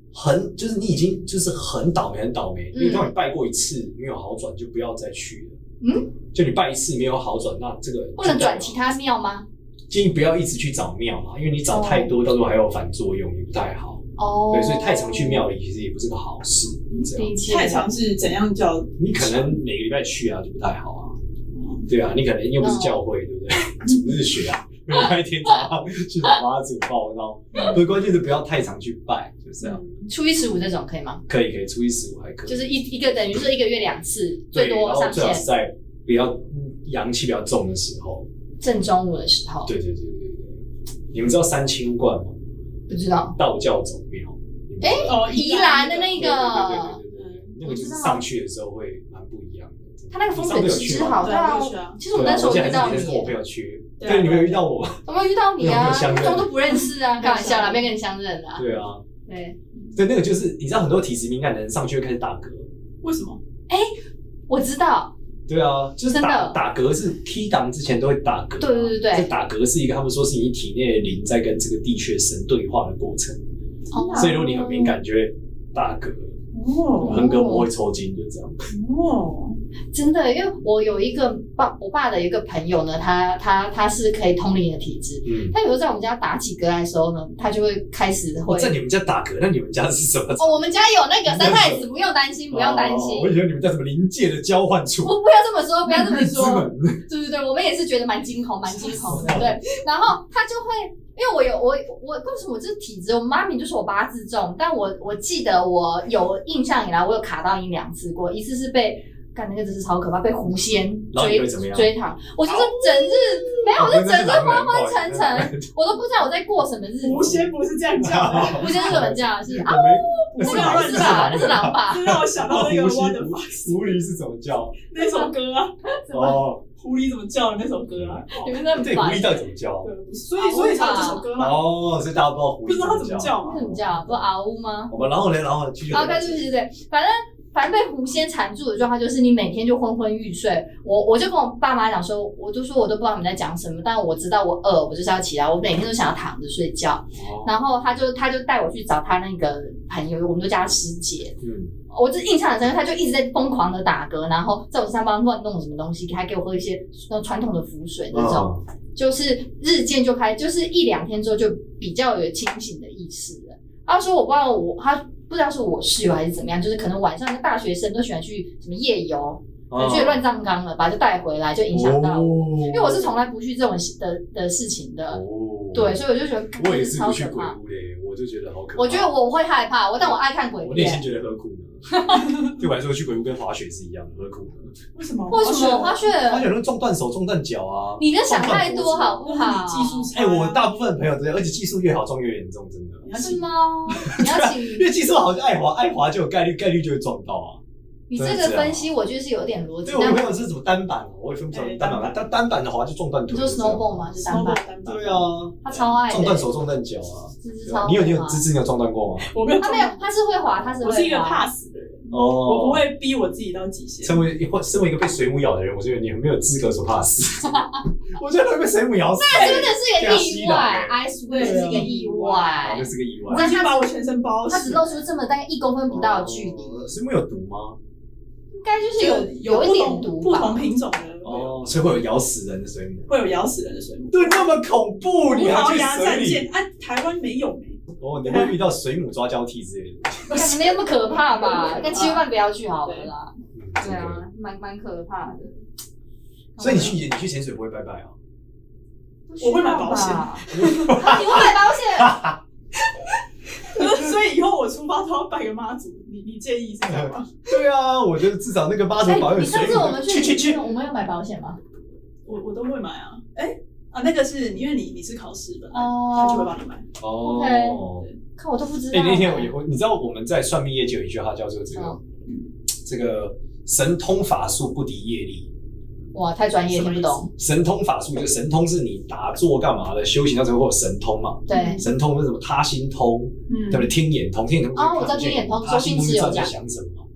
很就是你已经就是很倒霉很倒霉， 嗯因为当你拜过一次没有好转，就不要再去了。 嗯， 就你拜一次没有好转，那这个不能转其他庙吗？ 建议不要一直去找庙嘛，因为你找太多，到时候还有反作用，也不太好。 哦， 对，所以太常去庙里其实也不是个好事。这样理解太常是怎样叫？ 你可能每个礼拜去啊，就不太好啊。对啊，你可能又不是教会，对不对？主日学啊，每一天早上去找妈祖报告。不是，关键是不要太常去拜，就这样。 初一十五这种可以吗？ 可以，可以，初一十五还可以。 就是一一个等于是一个月两次，最对， 多上然后最好是限。 在比较阳气比较重的时候。 正中午的时候。 对对对对对。你们知道三清观吗？ 不知道。 道教总庙。 哎， 哦， 宜兰的那个。 对对对对对，那个就是上去的时候会蛮不一样的。 他那个风水极之好，对啊。其实我那时候遇到你， 跟我朋友去，对，你没有遇到我吗？ 我没有遇到你啊， 我们都不认识啊，开玩笑啦，没跟你相认啊。 对啊， 对， 对，那个就是你知道很多体质敏感的人上去会开始打嗝， 为什么？ 哎，我知道。 对啊，就是打打嗝是 key 档之前都会打嗝， 对对对对， 这打嗝是一个他们说是你体内的灵在跟这个地区的神对话的过程，所以如果你很敏感就会打嗝。 哦， 横膈膜会抽筋，就这样。 哦， 真的，因为我有一个爸，我爸的一个朋友呢，他他他是可以通灵的体质。嗯，他有时候在我们家打起嗝来的时候呢，他就会开始会、 哦、在你们家打嗝，那你们家是什么？ 哦，我们家有那个三太子，不用担心，不用担心。 哦、我以为你们在什么灵界的交换处。 不，不要这么说，不要这么说。对对对，我们也是觉得蛮惊恐，蛮惊恐的。对，然后他就会。因为我有我我为什么我这体质？我妈咪就说我八字重，但我我记得我有印象以来，我有卡到阴两次过，一次是被干那个真是超可怕，被狐仙追追躺，我就是整日、哦、没有，我就整日昏昏沉沉，我都不知道我在过什么日子。 狐仙不是这样叫的， 狐仙是怎么叫？是啊呜， 不要乱是吧？那是狼吧？ 这让我想到那个 What the fuck， 狐狸是怎么叫？ 那首歌啊，哦。狐狸怎么叫的那首歌啊？ 你们在对狐狸到底怎么叫？ 对，所以所以才有这首歌嘛。 哦，所以大家不知道狐狸不知道它怎么叫嘛？ 怎么叫？不嗷呜吗？ 我们然后呢，然后继续。 啊，对对对对，反正反正被狐仙缠住的状态就是你每天就昏昏欲睡。我我就跟我爸妈讲说，我就说我都不知道你们在讲什么，但我知道我饿，我就是要起来。我每天都想要躺着睡觉。哦、然后他就他就带我去找他那个朋友，我们都叫他师姐。嗯。我这印象很深，他就一直在疯狂的打嗝，然后在我身上帮乱弄什么东西，还给我喝一些那种传统的符水那种，哦、就是日渐就开，就是一两天之后就比较有清醒的意识了。他说我不知道我，他不知道是我室友还是怎么样，就是可能晚上的大学生都喜欢去什么夜游，哦、就觉得乱葬岗了，把就带回来，就影响到我，哦、因为我是从来不去这种的的事情的，哦、对，所以我就觉得我也是不去鬼屋嘞，我就觉得好可怕。 我觉得我会害怕，我但我爱看鬼片， 我内心觉得何苦呢？对我来说，去鬼屋跟滑雪是一样的，何苦呢？ 为什么？ 为什么滑雪？ 滑雪能撞断手、撞断脚啊！ 你在想太多，好不好？ 技术哎，我大部分朋友都这样，而且技术越好，撞越严重，真的。 是吗？你要请， 因为技术好，就爱滑，爱滑就有概率，概率就会撞到啊。 你这个分析，我觉得是有点逻辑。 对，我朋友是什么单板，我也分不出来单板，单单板的滑就撞断腿。 你说 snowboard 吗？就单板。 对啊， 他超爱撞断手、撞断脚啊。 芝芝超。 你有你有芝芝，你有撞断过吗？ 我没有， 他没有，他是会滑，他是我是一个怕死的人。哦，我不会逼我自己到极限。 身为身为一个被水母咬的人，我觉得你很没有资格说怕死。我觉得会被水母咬死， 那真的是个意外。I swear 是一个意外， 那是个意外。 我已经把我全身包死， 他只露出这么大概一公分不到的距离。 水母有毒吗？ 应该就是有有一点毒吧， 不同品种的哦，所以会有咬死人的水母， 会有咬死人的水母。 对，那么恐怖，你还去水里？ 啊，台湾没有没。 哦，你会遇到水母抓交替之类的。 没那么可怕吧？那七月半不要去好了啦。对啊，蛮蛮可怕的。 所以你去你去潜水不会拜拜啊？ 我会买保险。 你会买保险？ 所以以后我出发都要拜个妈祖，你你介意是这样吗？ 对啊，我觉得至少那个妈祖保佑水母。 上次我们去去去， 我们有买保险吗？ 我我都会买啊。哎啊，那个是因为你你是考试本来，他就会帮你买。 哦， 看我都不知道。 哎，那天我我你知道我们在算命业界有一句话叫做这个这个神通法术不敌业力。 哇，太专业，听不懂。 神通法术，就神通是你打坐干嘛的，修行到最后会有神通嘛？ 对， 神通是什么？他心通，对不对？天眼通，天眼通哦，我知道天眼通， 他心通有在想什么？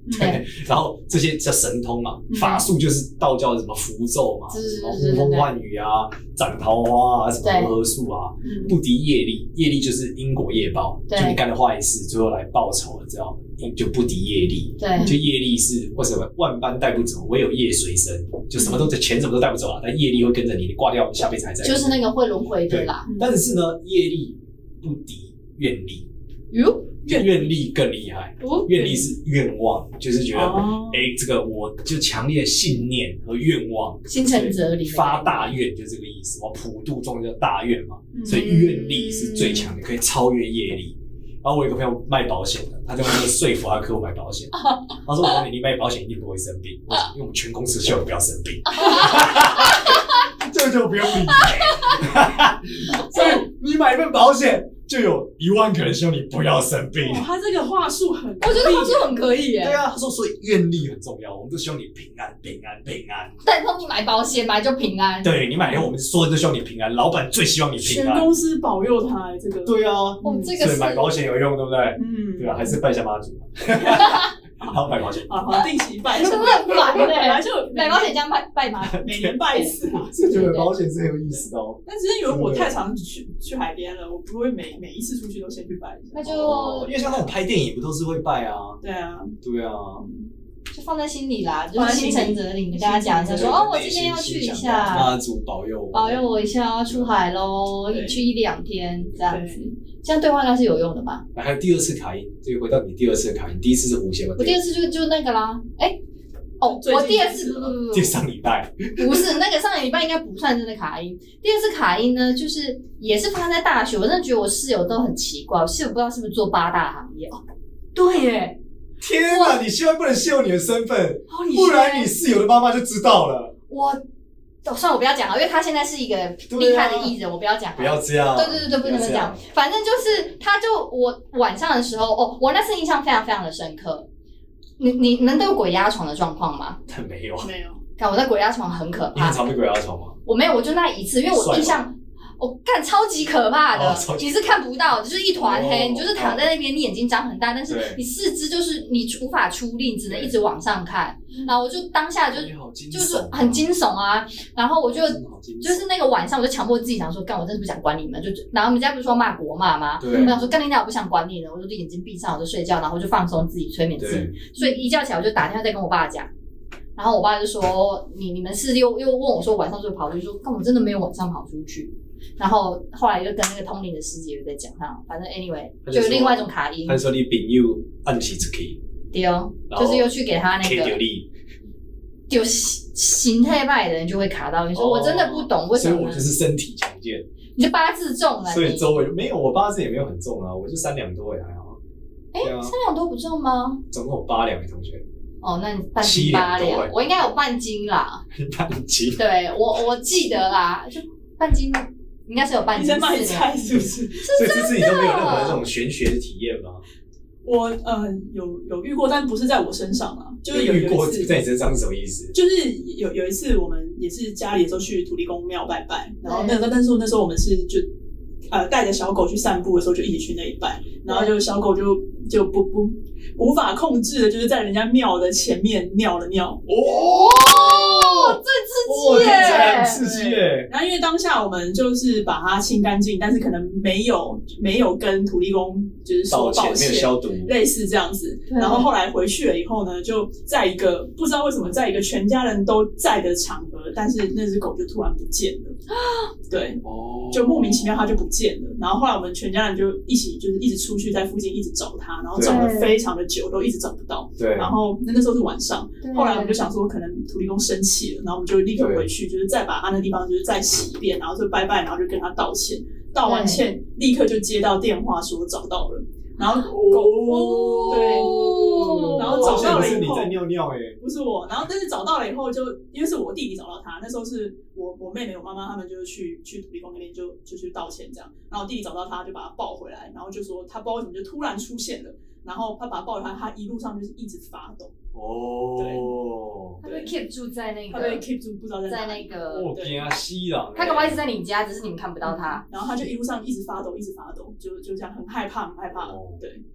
对，然后这些叫神通嘛，法术就是道教的什么符咒嘛，什么呼风唤雨啊、斩桃花啊、什么和合术啊，不敌业力，业力就是因果业报，就你干了坏事，最后来报仇了，这样就不敌业力。 对， 就业力是为什么万般带不走，唯有业随身，就什么都钱什么都带不走啊，但业力会跟着你，你挂掉下辈子还在。 就是那个会轮回的啦。 但是呢，业力不敌愿力。 哟。 愿力更厉害，愿力是愿望，就是觉得，哎、哦欸，这个我就强烈的信念和愿望， 心诚则灵， 发大愿就这个意思。我普度众叫大愿嘛，嗯、所以愿力是最强的，可以超越业力。然后我有个朋友卖保险的，他就用那个说服他客户买保险。他说：“我告诉你，你买保险一定不会生病，为什么？因为我们全公司希望你不要生病。”这就不用理赔。所以你买一份保险。就有一万个人希望你不要生病。 哦、他这个话术很， 我觉得话术很可以耶。 对啊，他说所以愿力很重要，我们都希望你平安、平安、平安。 但是你买保险买就平安。 对你买以后，我们所有人都希望你平安，老板最希望你平安。 全公司保佑他这个。 对啊， 我们这个所以买保险有用，对不对？ 嗯， 对啊，还是拜一下妈祖。好，买保险。 好好，定期拜。 真的很烦的，本来就买保险这样拜拜吗？ 每年拜一次嘛。 是觉得保险是很有意思的哦。 但只是因为我太常去去海边了，我不会每每一次出去都先去拜一下。 那就、 哦、因为像那种拍电影不都是会拜啊？ 对啊， 对啊。 就放在心里啦，就是心诚则灵，跟大家讲一下说，哦，我今天要去一下， 妈祖保佑我， 保佑我一下，要出海喽，去一两天这样子，这样对话应该是有用的吧？ 还有第二次卡音，这个回到你第二次的卡音，第一次是弧线嘛？ 我第二次就就那个啦，哎、欸，哦，我第二次不不不不， 就上礼拜不是那个上礼拜应该不算真的卡音，第二次卡音呢，就是也是发生在大学，我真的觉得我室友都很奇怪，我室友不知道是不是做八大行业哦，对耶。 天啊！你千万不能泄露你的身份，哦、不然你室友的妈妈就知道了。 我，哦、算了，我不要讲了，因为他现在是一个厉害的艺人，啊、我不要讲了。 不要这样。 对对对对，不能讲。反正就是，他就我晚上的时候，哦，我那次印象非常非常的深刻。你你们都有鬼压床的状况吗？ 没有， 没有。 看我在鬼压床很可怕。 你很常被鬼压床吗？ 我没有，我就那一次，因为我印象。我、哦、干超级可怕的，哦、你是看不到的，就是一团黑，哦、你就是躺在那边，你眼睛张很大，但是你四肢就是你无法出力，只能一直往上看。然后我就当下就就是很惊悚啊，然后我就就是那个晚上我就强迫自己想说，干我真的不想管你们，就然后我们家不是说骂国骂吗？我想说干你俩我不想管你了，我就眼睛闭上，我就睡觉，然后就放松自己，催眠自己，所以一觉起来我就打电话再跟我爸讲。然后我爸就说：“你你们是又又问我说晚上是不是跑出去？说，但我真的没有晚上跑出去。然后后来就跟那个通灵的师姐有在讲他，反正 anyway 就有另外一种卡音。 他说你朋友暗时出去， 对哦，就是又去给他那个有形态派的人就会卡到。你说我真的不懂为什么， 所以我就是身体强健， 你就八字重了。 所以周围没有我八字也没有很重啊，我就三两多也还好。 哎、欸，三两多不重吗？ 总共有八两，同学。” 哦，那你半斤八两，我应该有半斤啦。 半斤？ 对，我我记得啦，就半斤，应该是有半斤。 你在卖菜是不是？ 是真的。所以这次你都没有任何这种玄学的体验吗？ 我呃有有遇过，但不是在我身上啊，就是有遇过在你身上是什么意思？ 就是有有一次我们也是家里的时候去土地公庙拜拜，然后那个但是那时候我们是就呃带着小狗去散步的时候就一起去那一拜，然后就小狗就就不不无法控制的，就是在人家庙的前面尿了尿。 哦， 最刺激耶！ 很刺激耶！ 然后因为当下我们就是把它清干净，但是可能没有没有跟土地公就是说抱歉， 没有消毒， 类似这样子。然后后来回去了以后呢，就在一个不知道为什么在一个全家人都在的场合，但是那只狗就突然不见了。对， 哦， 就莫名其妙它就不见了。然后后来我们全家人就一起就是一直出去在附近一直找它，然后找了非常的久，都一直找不到。 对， 然后那那时候是晚上，后来我们就想说可能土地公生气了，然后我们就立刻回去，就是再把他那地方就是再洗一遍，然后就拜拜，然后就跟他道歉。道完歉，立刻就接到电话说找到了。然后狗、哦、对，然后找到了以后， 不是你在尿尿哎、欸， 不是我。然后但是找到了以后就，就因为是我弟弟找到他，那时候是我我妹妹、我妈妈他们就是去去土地公那边就就去道歉这样。然后我弟弟找到他，就把他抱回来，然后就说他不知道为什么就突然出现了，然后他把他抱回来，他一路上就是一直发抖。 哦， 对， 他被 keep 住在那个， 他被 keep 住不知道在哪在那个， 我惊死人！ 他搞不好一直在你家，只是你们看不到他。 然后他就一路上一直发抖，一直发抖，就就这样很害怕，很害怕。 哦、 对。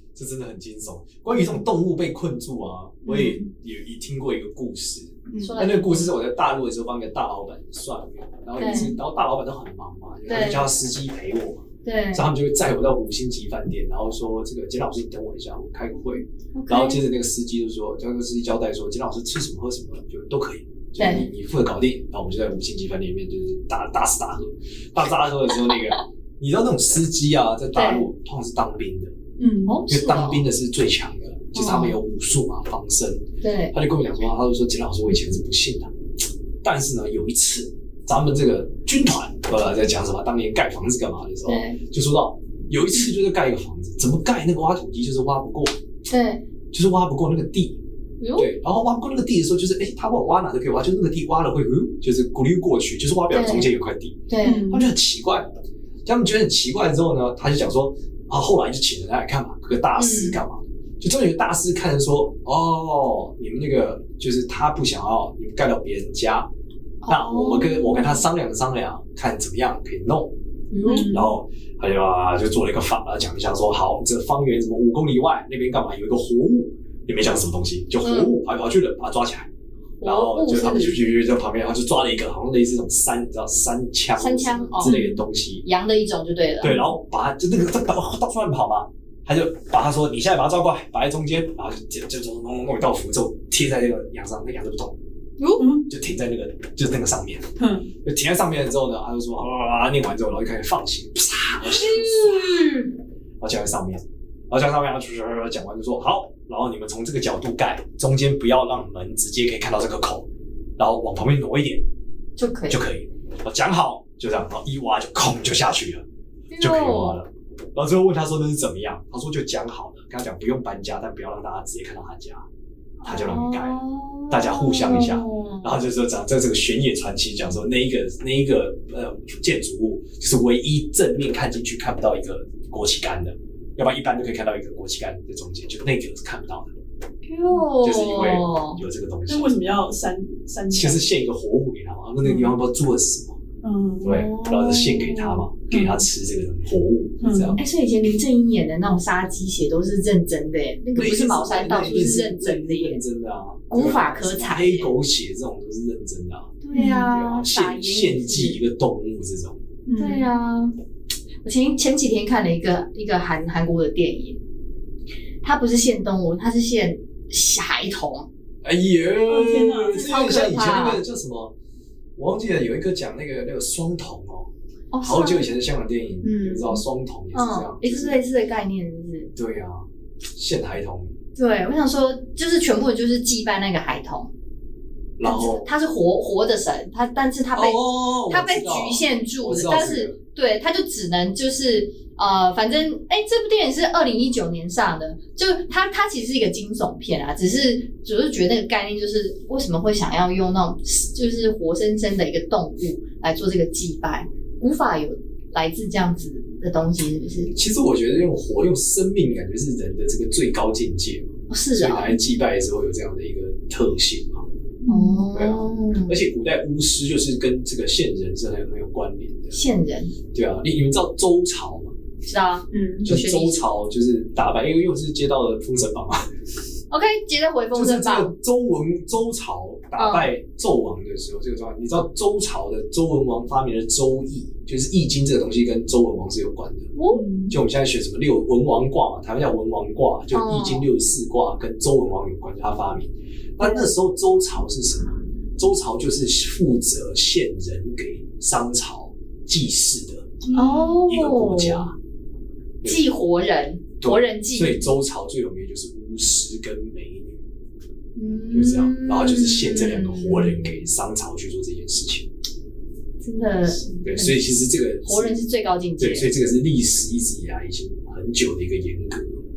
这真的很惊悚。关于这种动物被困住啊，我也也也听过一个故事。那、嗯、那个故事是我在大陆的时候帮一个大老板算命，然后一次，然后大老板都很忙嘛，他就叫他司机陪我嘛。对，所以他们就会载我到五星级饭店，然后说这个简老师你等我一下，我开个会。Okay. 然后接着那个司机就说，叫那个司机交代说，简老师吃什么喝什么就都可以，就你你负责搞定。然后我们就在五星级饭店里面就是大大吃大喝，大吃大喝的时候那个，你知道那种司机啊，在大陆通常是当兵的，嗯，因为当兵的是最强的，就是他们有武术嘛，防身。对，他就跟我讲说，他就说简老师我以前是不信的，但是呢有一次。咱们这个军团呃在讲什么？当年盖房子干嘛的时候，就说到有一次就是盖一个房子，怎么盖那个挖土机就是挖不过，对，就是挖不过那个地，对，然后挖不过那个地的时候，就是哎、欸，他不管挖哪都可以挖，就是那个地挖了会，就是咕溜过去，就是挖不了中间有块地，对，他们就很奇怪，他们觉得很奇怪之后呢，他就讲说啊，后来就请人来看嘛，个大师干嘛？嗯、就终于有个大师看着说，哦，你们那个就是他不想要你们盖到别人家。那我们跟我跟他商量商量，看怎么样可以弄。嗯，然后他就啊就做了一个法，讲一下说，好，这个方圆什么五公里外那边干嘛有一个活物，也没讲什么东西，就活物跑来跑去的，把它抓起来。然后就他们就就就在旁边，然后就抓了一个好像类似这种山，你知道山枪、山枪之类的东西， 羊的一种就对了。 对，然后把它就那个它到处乱跑嘛，他就把他说，你现在把它抓过来，摆在中间，然后就就就弄弄一道符咒贴在这个羊上，那羊就不动。嗯，就停在那个，就是那个上面，嗯，就停在上面之后呢，他就说啊，念完之后，然后就开始放血，啪，然后讲在上面，然后讲上面，然后讲完就说好，然后你们从这个角度盖，中间不要让门直接可以看到这个口，然后往旁边挪一点就可以， 就可以。我讲好，就这样，然后一挖就空就下去了，就可以挖了。然后最后问他说那是怎么样，他说就讲好了，跟他讲不用搬家，但不要让大家直接看到他家。他就让你盖，哦、大家互相一下，然后就说讲在这个玄野传奇讲说那一个那一个呃建筑物就是唯一正面看进去看不到一个国旗杆的，要不然一般都可以看到一个国旗杆在中间，就那个是看不到的。哟，就是因为有这个东西。 那为什么要三三？ 就是献一个活物给他嘛，那那个地方不知道住了什么。嗯，对，然后就献给他嘛，嗯、给他吃这个活物，嗯、这样。 哎、欸，所以以前林正英演的那种杀鸡血都是认真的耶，那个不是茅山道术，是认真的耶， 认真的啊， 古法可采。 黑狗血这种都是认真的啊。 对啊， 献献祭一个动物这种。 对啊，我前前几天看了一个一个韩韩国的电影，它不是献动物，它是献孩童。 哎呀， 哦、天哪， 这有点像以前那个叫什么？我忘记了有一个讲那个那个双瞳哦，哦好久以前的香港电影，嗯，你知道双瞳也是这样， 也、嗯、是类似的概念，是不是？ 对啊，献孩童。 对，我想说，就是全部就是祭拜那个孩童， 然后他是活活的神，他但是他被、哦、他被局限住了，但是、这个、对，他就只能就是呃，反正哎，这部电影是二零一九年上的，就它它其实是一个惊悚片啊，只是只是觉得那个概念就是为什么会想要用那种就是活生生的一个动物来做这个祭拜，无法有来自这样子的东西，是不是？ 其实我觉得用活用生命，感觉是人的这个最高境界嘛， 哦、是啊， 所以来祭拜的时候有这样的一个特性嘛。 哦， 对啊，而且古代巫师就是跟这个献人是很很有关联的。 献人， 对啊，你你们知道周朝吗？ 知道啊，嗯， 就是周朝就是打败，因为又是接到了《封神榜》嘛。 OK， 接着回《封神榜》。 就是周文周朝打败纣王的时候，嗯、这个状况，你知道周朝的周文王发明了《周易》，就是《易经》这个东西跟周文王是有关的。哦，就我们现在学什么六文王卦嘛，台湾叫文王卦，就《易经》六十四卦跟周文王有关，就他发明。那那时候周朝是什么？周朝就是负责献人给商朝祭祀的一个国家。哦， 祭活人，活人祭， 所以周朝最有名的就是巫师跟美女，嗯，就是这样。然后就是献这两个活人给商朝去做这件事情， 真的， 对，所以其实这个活人是最高境界， 对，所以这个是历史一直以来已经很久的一个严格。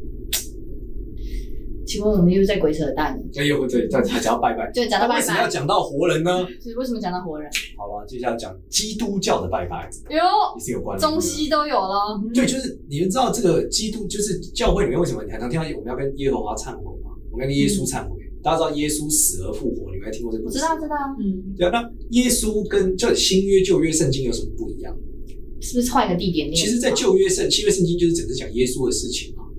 请问我们又在鬼扯淡了？ 哎呦，对，但还讲到拜拜， 对，讲到拜拜， 为什么要讲到活人呢？ 是为什么讲到活人？ 好吧，接下来讲基督教的拜拜， 哟， 也是有关联， 中西都有了。 对，就是你们知道这个基督，就是教会里面为什么你还常听到我们要跟耶和华忏悔吗？我们要跟耶稣忏悔。嗯、大家知道耶稣死而复活，你们还听过这个故事？ 我知道，知道。嗯， 对啊，那耶稣跟就新约、旧约圣经有什么不一样？ 是不是换一个地点念？ 其实，在旧约圣、新约圣经就是整个讲耶稣的事情嘛。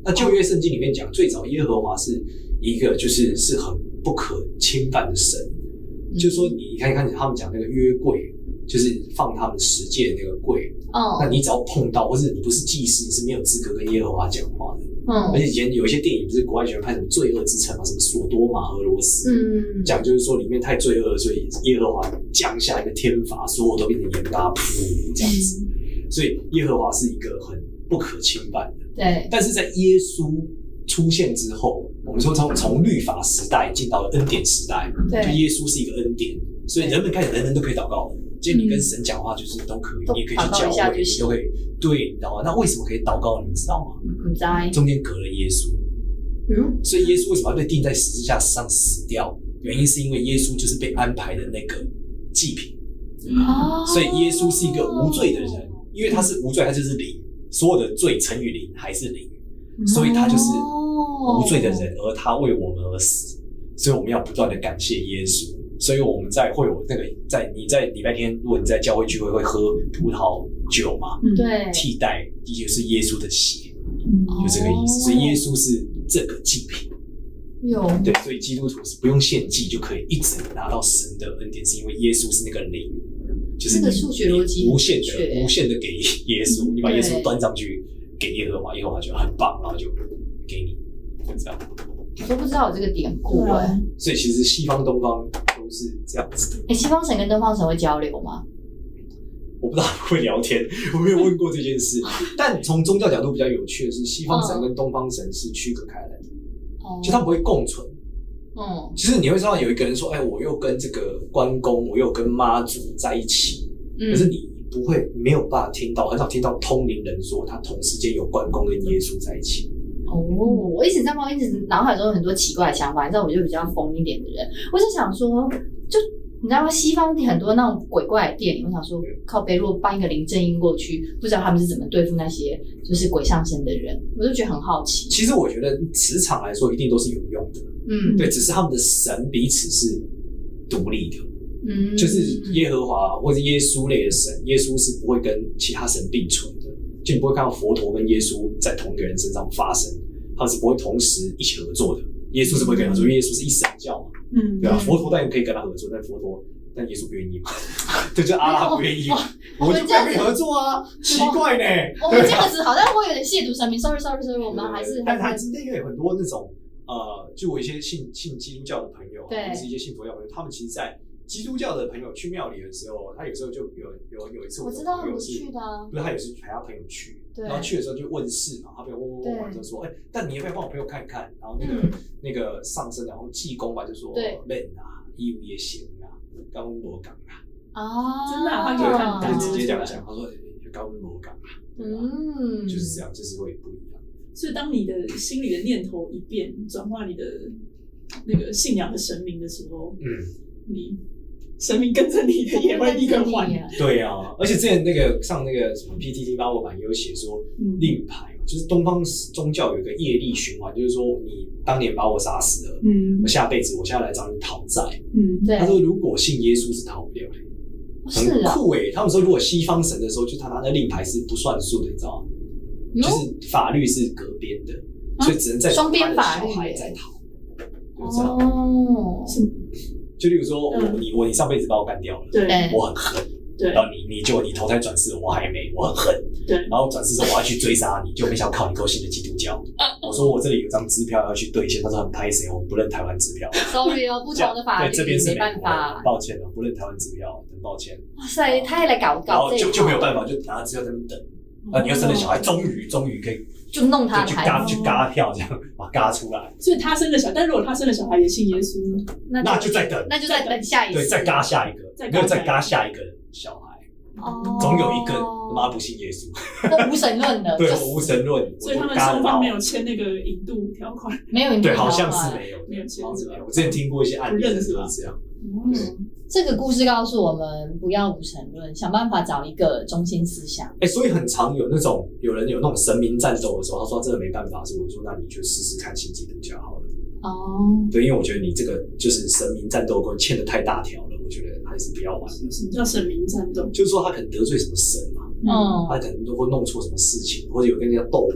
那旧约圣经里面讲，最早耶和华是一个就是是很不可侵犯的神，嗯、就是说你看看他们讲那个约柜，就是放他们十诫的那个柜，哦，那你只要碰到，或是你不是祭司，你是没有资格跟耶和华讲话的。嗯，而且以前有一些电影不是国外喜欢拍什么罪恶之城嘛，什么索多玛、俄罗斯，嗯，讲就是说里面太罪恶了，所以耶和华降下一个天罚，所有都变成盐巴，噗这样子。嗯、所以耶和华是一个很不可侵犯的。 对。但是在耶稣出现之后，我们说从从律法时代进到了恩典时代，对，就耶稣是一个恩典，所以人们开始人人都可以祷告了。就你跟神讲话，就是都可以，嗯、你也可以去教会，你都可以。对，你知道吗？那为什么可以祷告？你们知道吗？ 不知道。 中间隔了耶稣。嗯。所以耶稣为什么要被钉在十字架上死掉？原因是因为耶稣就是被安排的那个祭品。哦。所以耶稣是一个无罪的人，因为他是无罪，他就是零，所有的罪乘以零还是零，所以他就是无罪的人，而他为我们而死。所以我们要不断的感谢耶稣。所以我们在会有那个在你在礼拜天，如果你在教会聚会会喝葡萄酒嘛， 对， 替代也是耶稣的血，有这个意思。所以耶稣是这个祭品， 有对，所以基督徒是不用献祭就可以一直拿到神的恩典，是因为耶稣是那个灵，就是这个数学逻辑无限的无限的给耶稣，你把耶稣端上去给耶和华，耶和华就很棒，然后就给你，就这样。 我都不知道有这个典故哎、欸， 所以其实西方东方都是这样子的。 哎、欸，西方神跟东方神会交流吗？ 我不知道会聊天，我没有问过这件事。但从宗教角度比较有趣的是，西方神跟东方神是区隔开来的，哦、就他们不会共存。嗯，其实你会知道有一个人说：“哎，我又跟这个关公，我又跟妈祖在一起。嗯”可是你不会没有办法听到，很少听到通灵人说他同时间有关公跟耶稣在一起。 哦，我一直在冒，一直脑海中有很多奇怪的想法。你知道，我就比较疯一点的人，我就想说，就你知道吗？西方很多那种鬼怪的电影，我想说，靠北如果搬一个林正英过去，不知道他们是怎么对付那些就是鬼上身的人，我就觉得很好奇。 其实我觉得磁场来说，一定都是有用的。嗯，对，只是他们的神彼此是独立的。嗯，就是耶和华或者耶稣类的神，耶稣是不会跟其他神并存的。就你不会看到佛陀跟耶稣在同一个人身上发生，他是不会同时一起合作的。耶稣是不会跟他合作，因为耶稣是一神教嘛，嗯，对吧？佛陀当然可以跟他合作，但佛陀但耶稣不愿意嘛，对，就阿拉不愿意嘛，我们就不可以合作啊，奇怪呢。 我们这样子好像会有点亵渎神明 ，sorry sorry sorry， 我们还是但他之内有很多那种呃，就我一些信信基督教的朋友，或是一些信佛教的朋友，他们其实在。基督教的朋友去庙里的时候，他有时候就有有有一次我知道你去的、啊， 不是他也是陪他朋友去，然后去的时候就问事嘛，他朋友问问问就说，哎、欸，但你要不要帮我朋友看看？然后那个、嗯、那个上身然后济公吧就说，对 ，man 啊，义务也行啊，高温罗港啊， 啊， 真的、啊，他可以看， 他就直接这样讲，他说高温罗港啊，嗯，就是这样，就是会不一样。 所以当你的心里的念头一变，转化你的那个信仰的神明的时候，嗯，你。神明跟着你的也会立刻换， 对啊，而且之前那个上那个什么 P T T 八卦版也有写说令牌嘛，就是东方宗教有一个业力循环，就是说你当年把我杀死了，嗯，我下辈子我现在来找你讨债，嗯，对。他说如果信耶稣是逃不了的，很酷诶、欸。他们说如果西方神的时候，就他拿那令牌是不算数的，你知道吗？嗯、就是法律是隔边的，啊、所以只能在双边法律小孩在逃，就这样。哦，是。就例如说，我、嗯、你我你上辈子把我干掉了，对，我很恨，对，然后你你就你投胎转世，我还没，我很恨，对，然后转世之后我要去追杀你，就没想到靠你给我信的基督教，我说我这里有张支票要去兑现，他说很拍谁，我不认台湾支票 ，sorry 哦，不同的法律， 对，这边是没办法， 抱歉了，不认台湾支票，很抱歉。 哇塞，他也来搞搞， 然后就就没有办法，就拿着支票在那边等，啊、哦，你要生了小孩，终于终于可以。 就弄他的孩子，就嘎去嘎票，这样把嘎出来。 所以他生了小孩，但如果他生了小孩也信耶稣呢？ 那那就再等， 那就再等下一次， 对，再嘎下一个，没有再嘎下一个小孩。哦，总有一个妈不信耶稣， 都无神论的， 对，无神论。 所以他们双方没有签那个引渡条款， 没有引渡条款， 对，好像是没有， 没有签， 没有。我之前听过一些案例，是这样。 嗯，这个故事告诉我们不要无神论，想办法找一个中心思想。 哎、欸，所以很常有那种有人有那种神明战斗的时候，他说他真的没办法，所以我说那你就试试看信基督教好了。哦，对，因为我觉得你这个就是神明战斗跟欠的太大条了，我觉得还是不要玩。 什么叫神明战斗？ 就是说他可能得罪什么神嘛，嗯，他可能都会弄错什么事情，或者有跟人家斗法，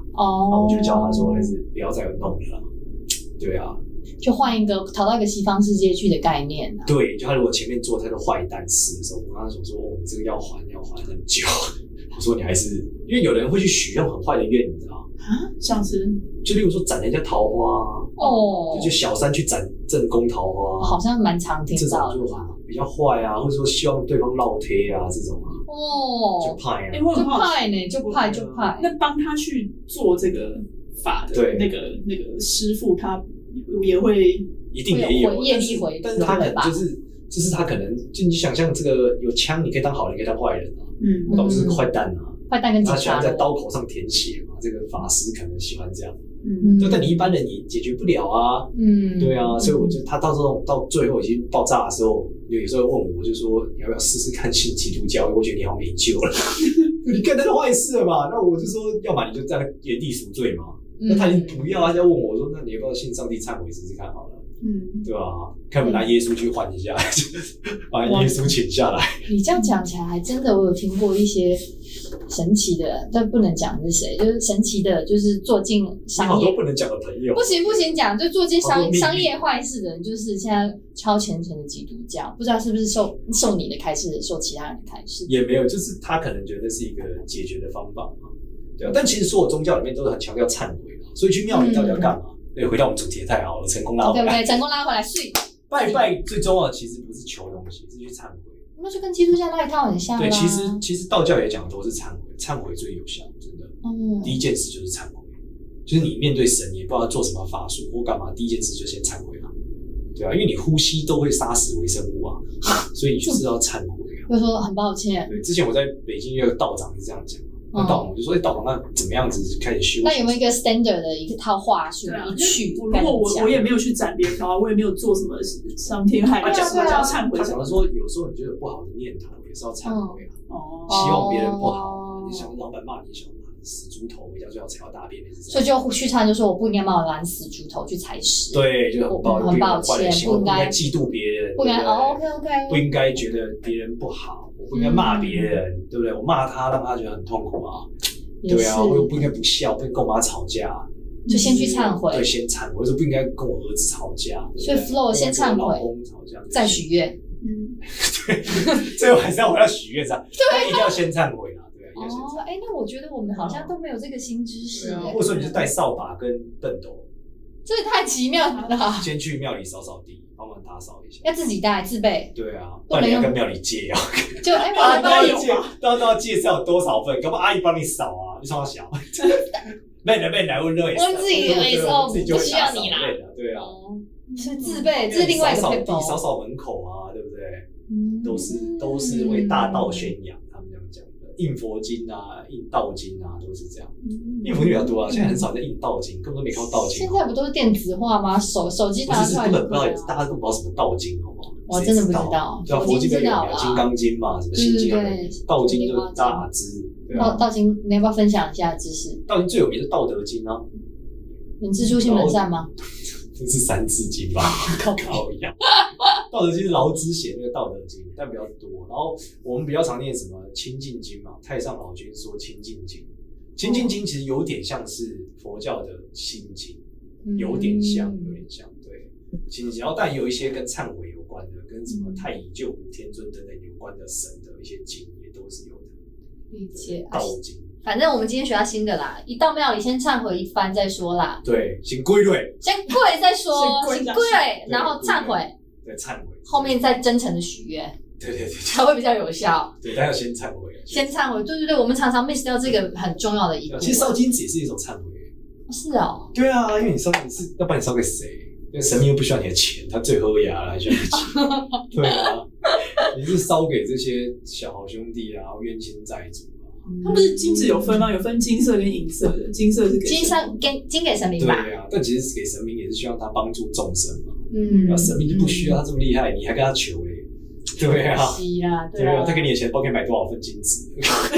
哦， 我就叫他说还是不要再弄了啦。对啊， 就换一个逃到一个西方世界去的概念啊。 对，就他如果前面做他的坏蛋事的时候，我跟他说说哦，你这个要还要还很久。我说你还是因为有人会去许愿很坏的愿，你知道吗？ 啊，像是就例如说斩人家桃花哦， 就小三去斩正宫桃花， 好像蛮常听到的。 这种就比较坏啊，或者说希望对方落贴啊这种啊， 哦， 就派啊， 哎、我就很好奇派呢，就派就派。 那帮他去做这个法的对那个那个师傅，他也会一定也有会有业力回但是他可能就是就是他可能就你想象这个有枪，你可以当好人，可以当坏人啊， 嗯， 那不是个坏蛋啊， 坏蛋跟警他喜欢察在刀口上填血嘛，这个法师可能喜欢这样， 嗯对，但你一般人你解决不了啊， 嗯， 对啊，所以我就他到这种到最后已经爆炸的时候，有时候问我，就说你要不要试试看信基督教？我觉得你好像没救了，你干那个坏事了嘛？那我就说，要么你就在原地赎罪嘛。那他已经不要，他就问我说，那你要不要信上帝忏悔试试看好了？ 嗯， 对吧？看我们拿耶稣去换一下，把耶稣请下来。 你这样讲起来，还真的我有听过一些神奇的，但不能讲是谁，就是神奇的，就是做尽商业好多不能讲的朋友， 不行不行讲，就做尽商好多秘密商业坏事的人，就是现在超虔诚的基督教，不知道是不是受受你的开示，受其他人的开示。 也没有，就是他可能觉得是一个解决的方法嘛，对啊。但其实所有宗教里面都是很强调忏悔的，所以去庙里到底要干嘛？对，回到我们主题也太好了，成功拉回来。 对不对？成功拉回来，睡。 拜拜最重要的其实不是求东西，是去忏悔。 那就跟基督教那一套很像啦。 对，其实其实道教也讲都是忏悔，忏悔最有效，真的。 嗯， 第一件事就是忏悔，就是你面对神，也不知道做什么法术或干嘛，第一件事就先忏悔了，对啊，因为你呼吸都会杀死微生物啊，所以你就是要忏悔啊。 就说很抱歉。 对，之前我在北京有个道长是这样讲。那道长我就说，哎、欸，道长，那怎么样子开始修？ 那有没有一个 standard 的一套话术？ 对啊， 一句？ 如果我我也没有去斩别人刀，我也没有做什么伤天害理，讲什么叫忏悔？ 他讲的说，有时候你觉得不好的念头也是要忏悔啊。 哦、 嗯，希望别人不好，你想老板骂你，想骂你死猪头，回家最好踩到大便， 所以就去忏就说，我不应该骂完死猪头去踩屎。 对，就很抱很抱歉， 不应该嫉妒别人， 不应该哦 ，OK OK， 不应该觉得别人不好，我不应该骂别人，嗯、对不对？我骂他，让他觉得很痛苦啊。对啊，我又不应该不孝，不应该跟我妈吵架， 就先去忏悔。 对，先忏悔，或者不应该跟我儿子吵架。 所以 flow 先忏悔， 老公吵架再许愿。 嗯，对，最后还是要回到许愿上，但一定要先忏悔啦。对啊， 哦，哎，那我觉得我们好像都没有这个新知识。 或者说你是带扫把跟畚斗， 这也太奇妙了。 先去庙里扫扫地，帮忙打扫一下。 要自己带自备。 对啊，不然你要跟庙里借啊。 就哎， 啊， 我都要借，都要借是要多少份？搞不好阿姨帮你扫啊，你从小。没来没来，我热也我自己也是哦，不需要你啦。 对啊， 所以自备这是另外一个扫扫地、扫扫门口啊，对不对？ 嗯， 都是都是为大道宣扬，他们这样讲的。印佛经啊，印道经啊，都是这样。印佛经比较多啊，现在很少在印道经，根本都没看到道经。 现在不都是电子化吗？手手机拿出来， 根本不知道，大家都不知道什么道经，好不好？ 我真的不知道。 对啊，佛经比较有名，金刚经嘛，什么心经啊，道经就是大支。 道道经，你要不要分享一下知识？ 道经最有名是《道德经》啊。 人之初性本善吗？ 这是三字经吧？靠靠一样。道德经是老子写那个道德经，但比较多。然后我们比较常念什么清净经嘛，太上老君说清净经。清净经其实有点像是佛教的心经，有点像，有点像，对。清净经，然后但有一些跟忏悔有关的，跟什么太乙救苦天尊等等有关的神的一些经也都是有的。 理解。 道经。 反正我们今天学到新的啦，一到庙里先忏悔一番再说啦。 对，先跪跪， 先跪再说，先跪，然后忏悔， 对，忏悔， 后面再真诚的许愿， 对对对， 才会比较有效。 对，但要先忏悔， 先忏悔，对对对，我们常常 miss 掉这个很重要的一步。 其实烧金纸也是一种忏悔。 是哦。 对啊，因为你烧你是要把你烧给谁？因为神明又不需要你的钱，他最后牙了还需要你的钱。对啊，你是烧给这些小好兄弟啊、冤亲债主。 他不是金子有分吗？有分金色跟银色的，金色是给金上给金给神明吧？ 对啊，但其实给神明也是希望他帮助众生嘛。 嗯， 那神明就不需要他这么厉害，你还跟他求嘞？对啊， 是啦， 对啊，他给你的钱包可以买多少份金子？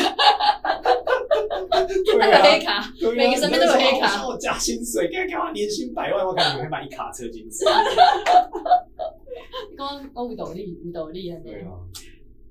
他有黑卡，每个神明都有黑卡。 我加薪水，看看我年薪百万，我看你会买一卡车金子。 讲讲五斗笠，五斗笠安尼。 对啊。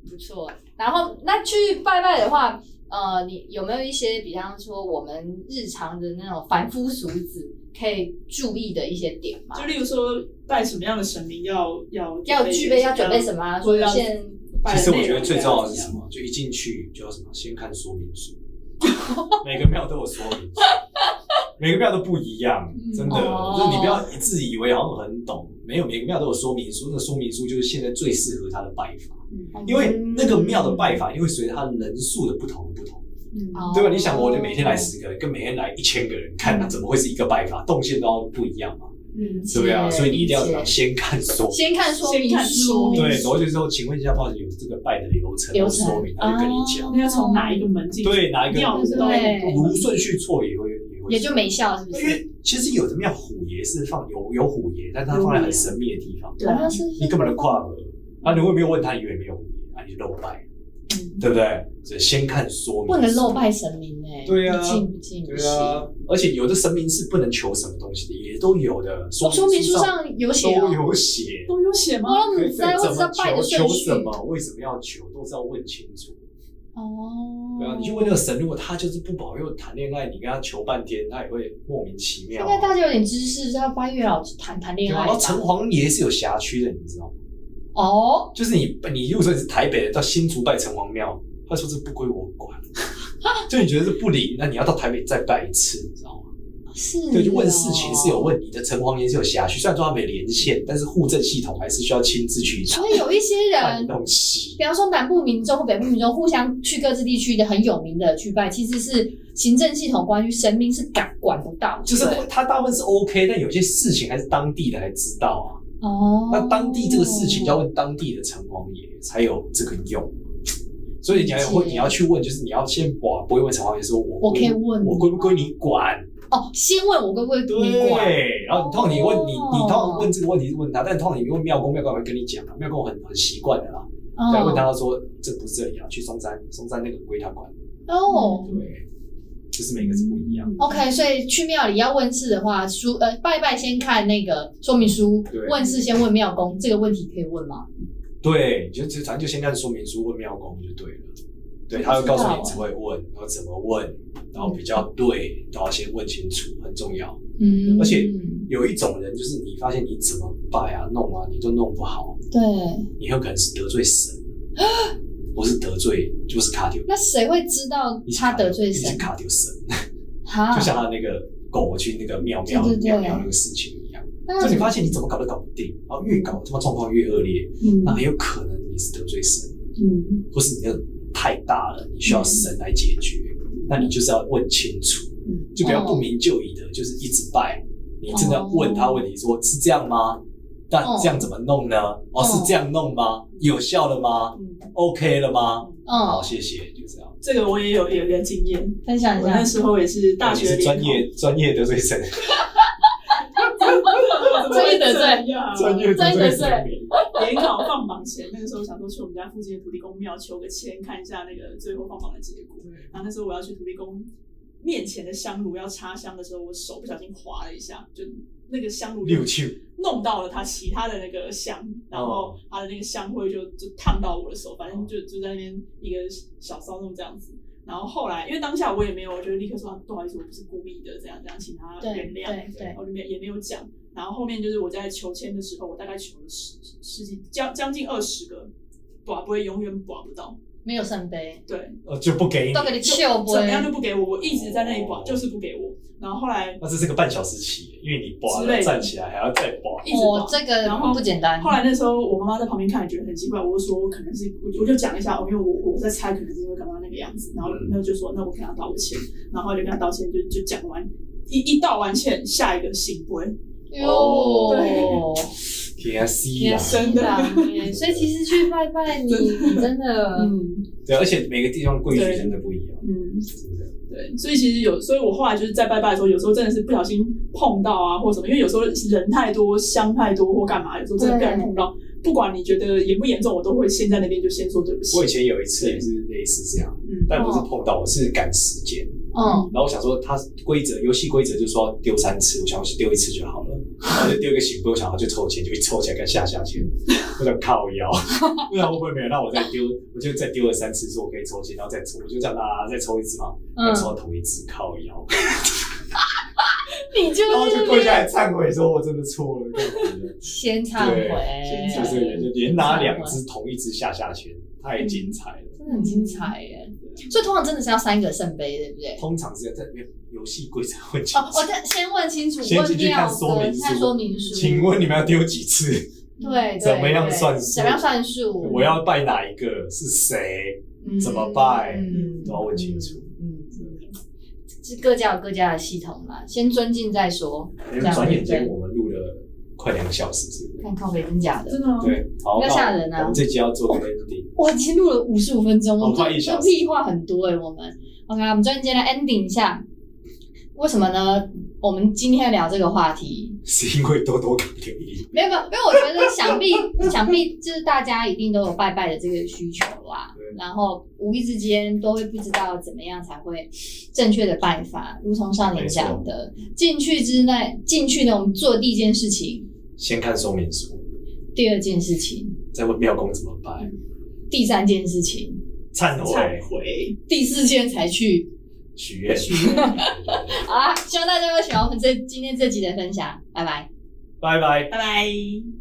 不错。然后那去拜拜的话，呃，你有没有一些，比方说我们日常的那种凡夫俗子可以注意的一些点吗？ 就例如说拜什么样的神明要要要具备要准备什么啊？说现其实我觉得最重要的是什么？就一进去就要什么，先看说明书。每个庙都有说明书，每个庙都不一样，真的。 哦、 就是你不要一自以为好像很懂，没有，每个庙都有说明书。那个说明书就是现在最适合他的拜法，嗯、因为那个庙的拜法，因为随着他人数的不同不同。嗯，对吧？你想，我就每天来十个人，跟每天来一千个人看，那怎么会是一个拜法？动线都要不一样嘛。嗯，对不对啊？所以你一定要先看说， 先看说明书。 对，然后就是说，请问一下，不好意思，有这个拜的流程或说明，他就跟你讲， 那要从哪一个门进去？ 对，哪一个对， 如顺序错也会也会也就没效，是不是？ 因为其实有的庙虎爷是放有有虎爷，但是他放在很神秘的地方， 对， 你根本就跨了。啊，你会没有问他，以为没有虎爷，啊，你就漏拜。对不对？所以先看说明， 不能漏拜神明哎、欸。 对啊， 不敬不敬不对啊，而且有的神明是不能求什么东西的，也都有的。说说明书上有写、 哦，都有写， 都有写吗？ 我不知道，我知道拜的顺序。 求什么？为什么要求？都是要问清楚。 哦。 对啊，你去问那个神，如果他就是不保佑谈恋爱，你跟他求半天，他也会莫名其妙。 应该大家有点知识，要拜月老谈谈恋爱。 然后城隍爷是有辖区的，你知道吗？ 哦。就是你，你如果说你是台北的，到新竹拜城隍庙。他说这不归我管，就你觉得是不灵，那你要到台北再拜一次，你知道吗？ 是、哦， 对，就问事情是有问你的，城隍爷是有辖区，虽然说他没连线，但是户政系统还是需要亲自去。 所以有一些人， 东西， 比方说南部民众或北部民众互相去各自地区的很有名的去拜，其实是行政系统关于神明是管管不到， 就是他大部分是 OK， 但有些事情还是当地的才知道啊。 哦， 那当地这个事情就要问当地的城隍爷才有这个用。所以你要会，你要去问，就是你要先把不会问城隍爷说，我我可以问， 我归不归你管？ 哦，先问我归不归你管？ 对，然后通常你问你，你通常问这个问题是问他，但通常你问庙公，庙公会跟你讲啊，庙公很很习惯的啦。哦，对，问他说这不是这里啊，去松山，松山那个归他管。 哦， 对，就是每个是不一样。 OK， 所以去庙里要问事的话，书呃拜拜先看那个说明书，问事先问庙公，这个问题可以问吗？ 对，就就反正就先看说明书，问庙公就对了。对，他会告诉你只会问，然后怎么问，然后比较对，都要先问清楚，很重要。嗯，而且有一种人，就是你发现你怎么拜啊、弄啊，你都弄不好， 对， 你有可能是得罪神，不是得罪就是卡丢。 那谁会知道他得罪神？ 是卡丢神，就像他那个狗去那个庙庙庙庙那个事情一样。就你发现你怎么搞都搞不定，然后越搞他妈状况越恶劣，嗯，那很有可能你是得罪神，嗯，或是你的太大了，你需要神来解决，嗯，那你就是要问清楚，嗯，就不要不明就里的，就是一直拜，你真的问他问题说，是这样吗？那这样怎么弄呢？哦，是这样弄吗？有效了吗？嗯 ，OK 了吗？嗯，好，谢谢，就这样。 这个我也有有一个经验， 分享一下。 我那时候也是大学里，专业专业得罪神。 专业得罪， 专业得罪。 联考放榜前，那个时候想说去我们家附近的土地公庙求个签，看一下那个最后放榜的结果。然后那时候我要去土地公面前的香炉要插香的时候，我手不小心滑了一下，就那个香炉弄到了他其他的那个香，然后他的那个香灰就就烫到我的手，反正就就在那边一个小骚动这样子。然后后来，因为当下我也没有，我就立刻说、啊、不好意思，我不是故意的，这样这样，请他原谅。对，我就没也没有讲。然后后面就是我在求签的时候，我大概求了十十几将将近二十个，拔不会永远拔不到， 没有圣杯， 对， 呃就不给你， 都给你笑杯， 怎么样就不给我，我一直在那里拔，就是不给我。然后后来， 那这是个半小时期，因为你拔了站起来还要再拔， 一直拔， 哦、这个然后不简单。 后来那时候我妈妈在旁边看，觉得很奇怪，我就说可能是我就讲一下，因为我我在猜，可能是因为刚刚那个样子。然后那就说那我跟他道歉，然后就跟他道歉，就就讲完一一道完歉，下一个醒杯。 哟， 给他吸了， 真的。 所以其实去拜拜你，你真的， 嗯，对，而且每个地方规矩真的不一样，嗯，真的。 对，所以其实有，所以我后来就是在拜拜的时候，有时候真的是不小心碰到啊，或什么，因为有时候人太多、香太多或干嘛，有时候真的不小心碰到。不管你觉得严不严重，我都会先在那边就先说对不起。 我以前有一次也是类似这样，嗯，但不是碰到，我是赶时间，嗯，然后我想说他规则游戏规则就说丢三次，我想我丢一次就好了， 然后就丢个醒波，我想要去抽签，就一抽起来跟下下签，我想靠腰，不知道会不会没有，那我再丢，我就再丢了三次，说我可以抽签，然后再抽，我就这样啦，再抽一次嘛，再抽同一次靠腰。 你就是， 然后就跪下来忏悔，说我真的错了， 先忏悔， 就是连拿两只同一只下下签，太精彩了， 真的很精彩耶！所以通常真的是要三个圣杯，对不对？ 通常是要在游戏规则问清楚。 哦，我先问清楚， 先进去看说明书。 看说明书。 请问你们要丢几次？ 对， 怎么样算数？ 怎么样算数？ 我要拜哪一个？是谁？怎么拜？都要问清楚。 是各家有各家的系统嘛，先尊敬再说。 转眼间我们录了快两个小时，是不是？ 看靠北真假的， 真的吗？ 对，好， 不要吓人啊！ 我们这集要做个 ending。 我已经录了五十五分钟，我们快一小时， 屁话很多哎、欸。我们 OK， 我们专辑来 ending 一下。为什么呢？我们今天聊这个话题， 是因为多多给留言。 没有没有，因为我觉得想必想必就是大家一定都有拜拜的这个需求啦。然后无意之间都会不知道怎么样才会正确的拜法，如同少年讲的，进去之内进去呢，我们做的第一件事情， 先看说明书； 第二件事情， 再问庙公怎么拜； 第三件事情， 忏悔； 忏悔； 第四件才去许愿。 好啦，希望大家会喜欢我们这今天这集的分享，拜拜， 拜拜， 拜拜。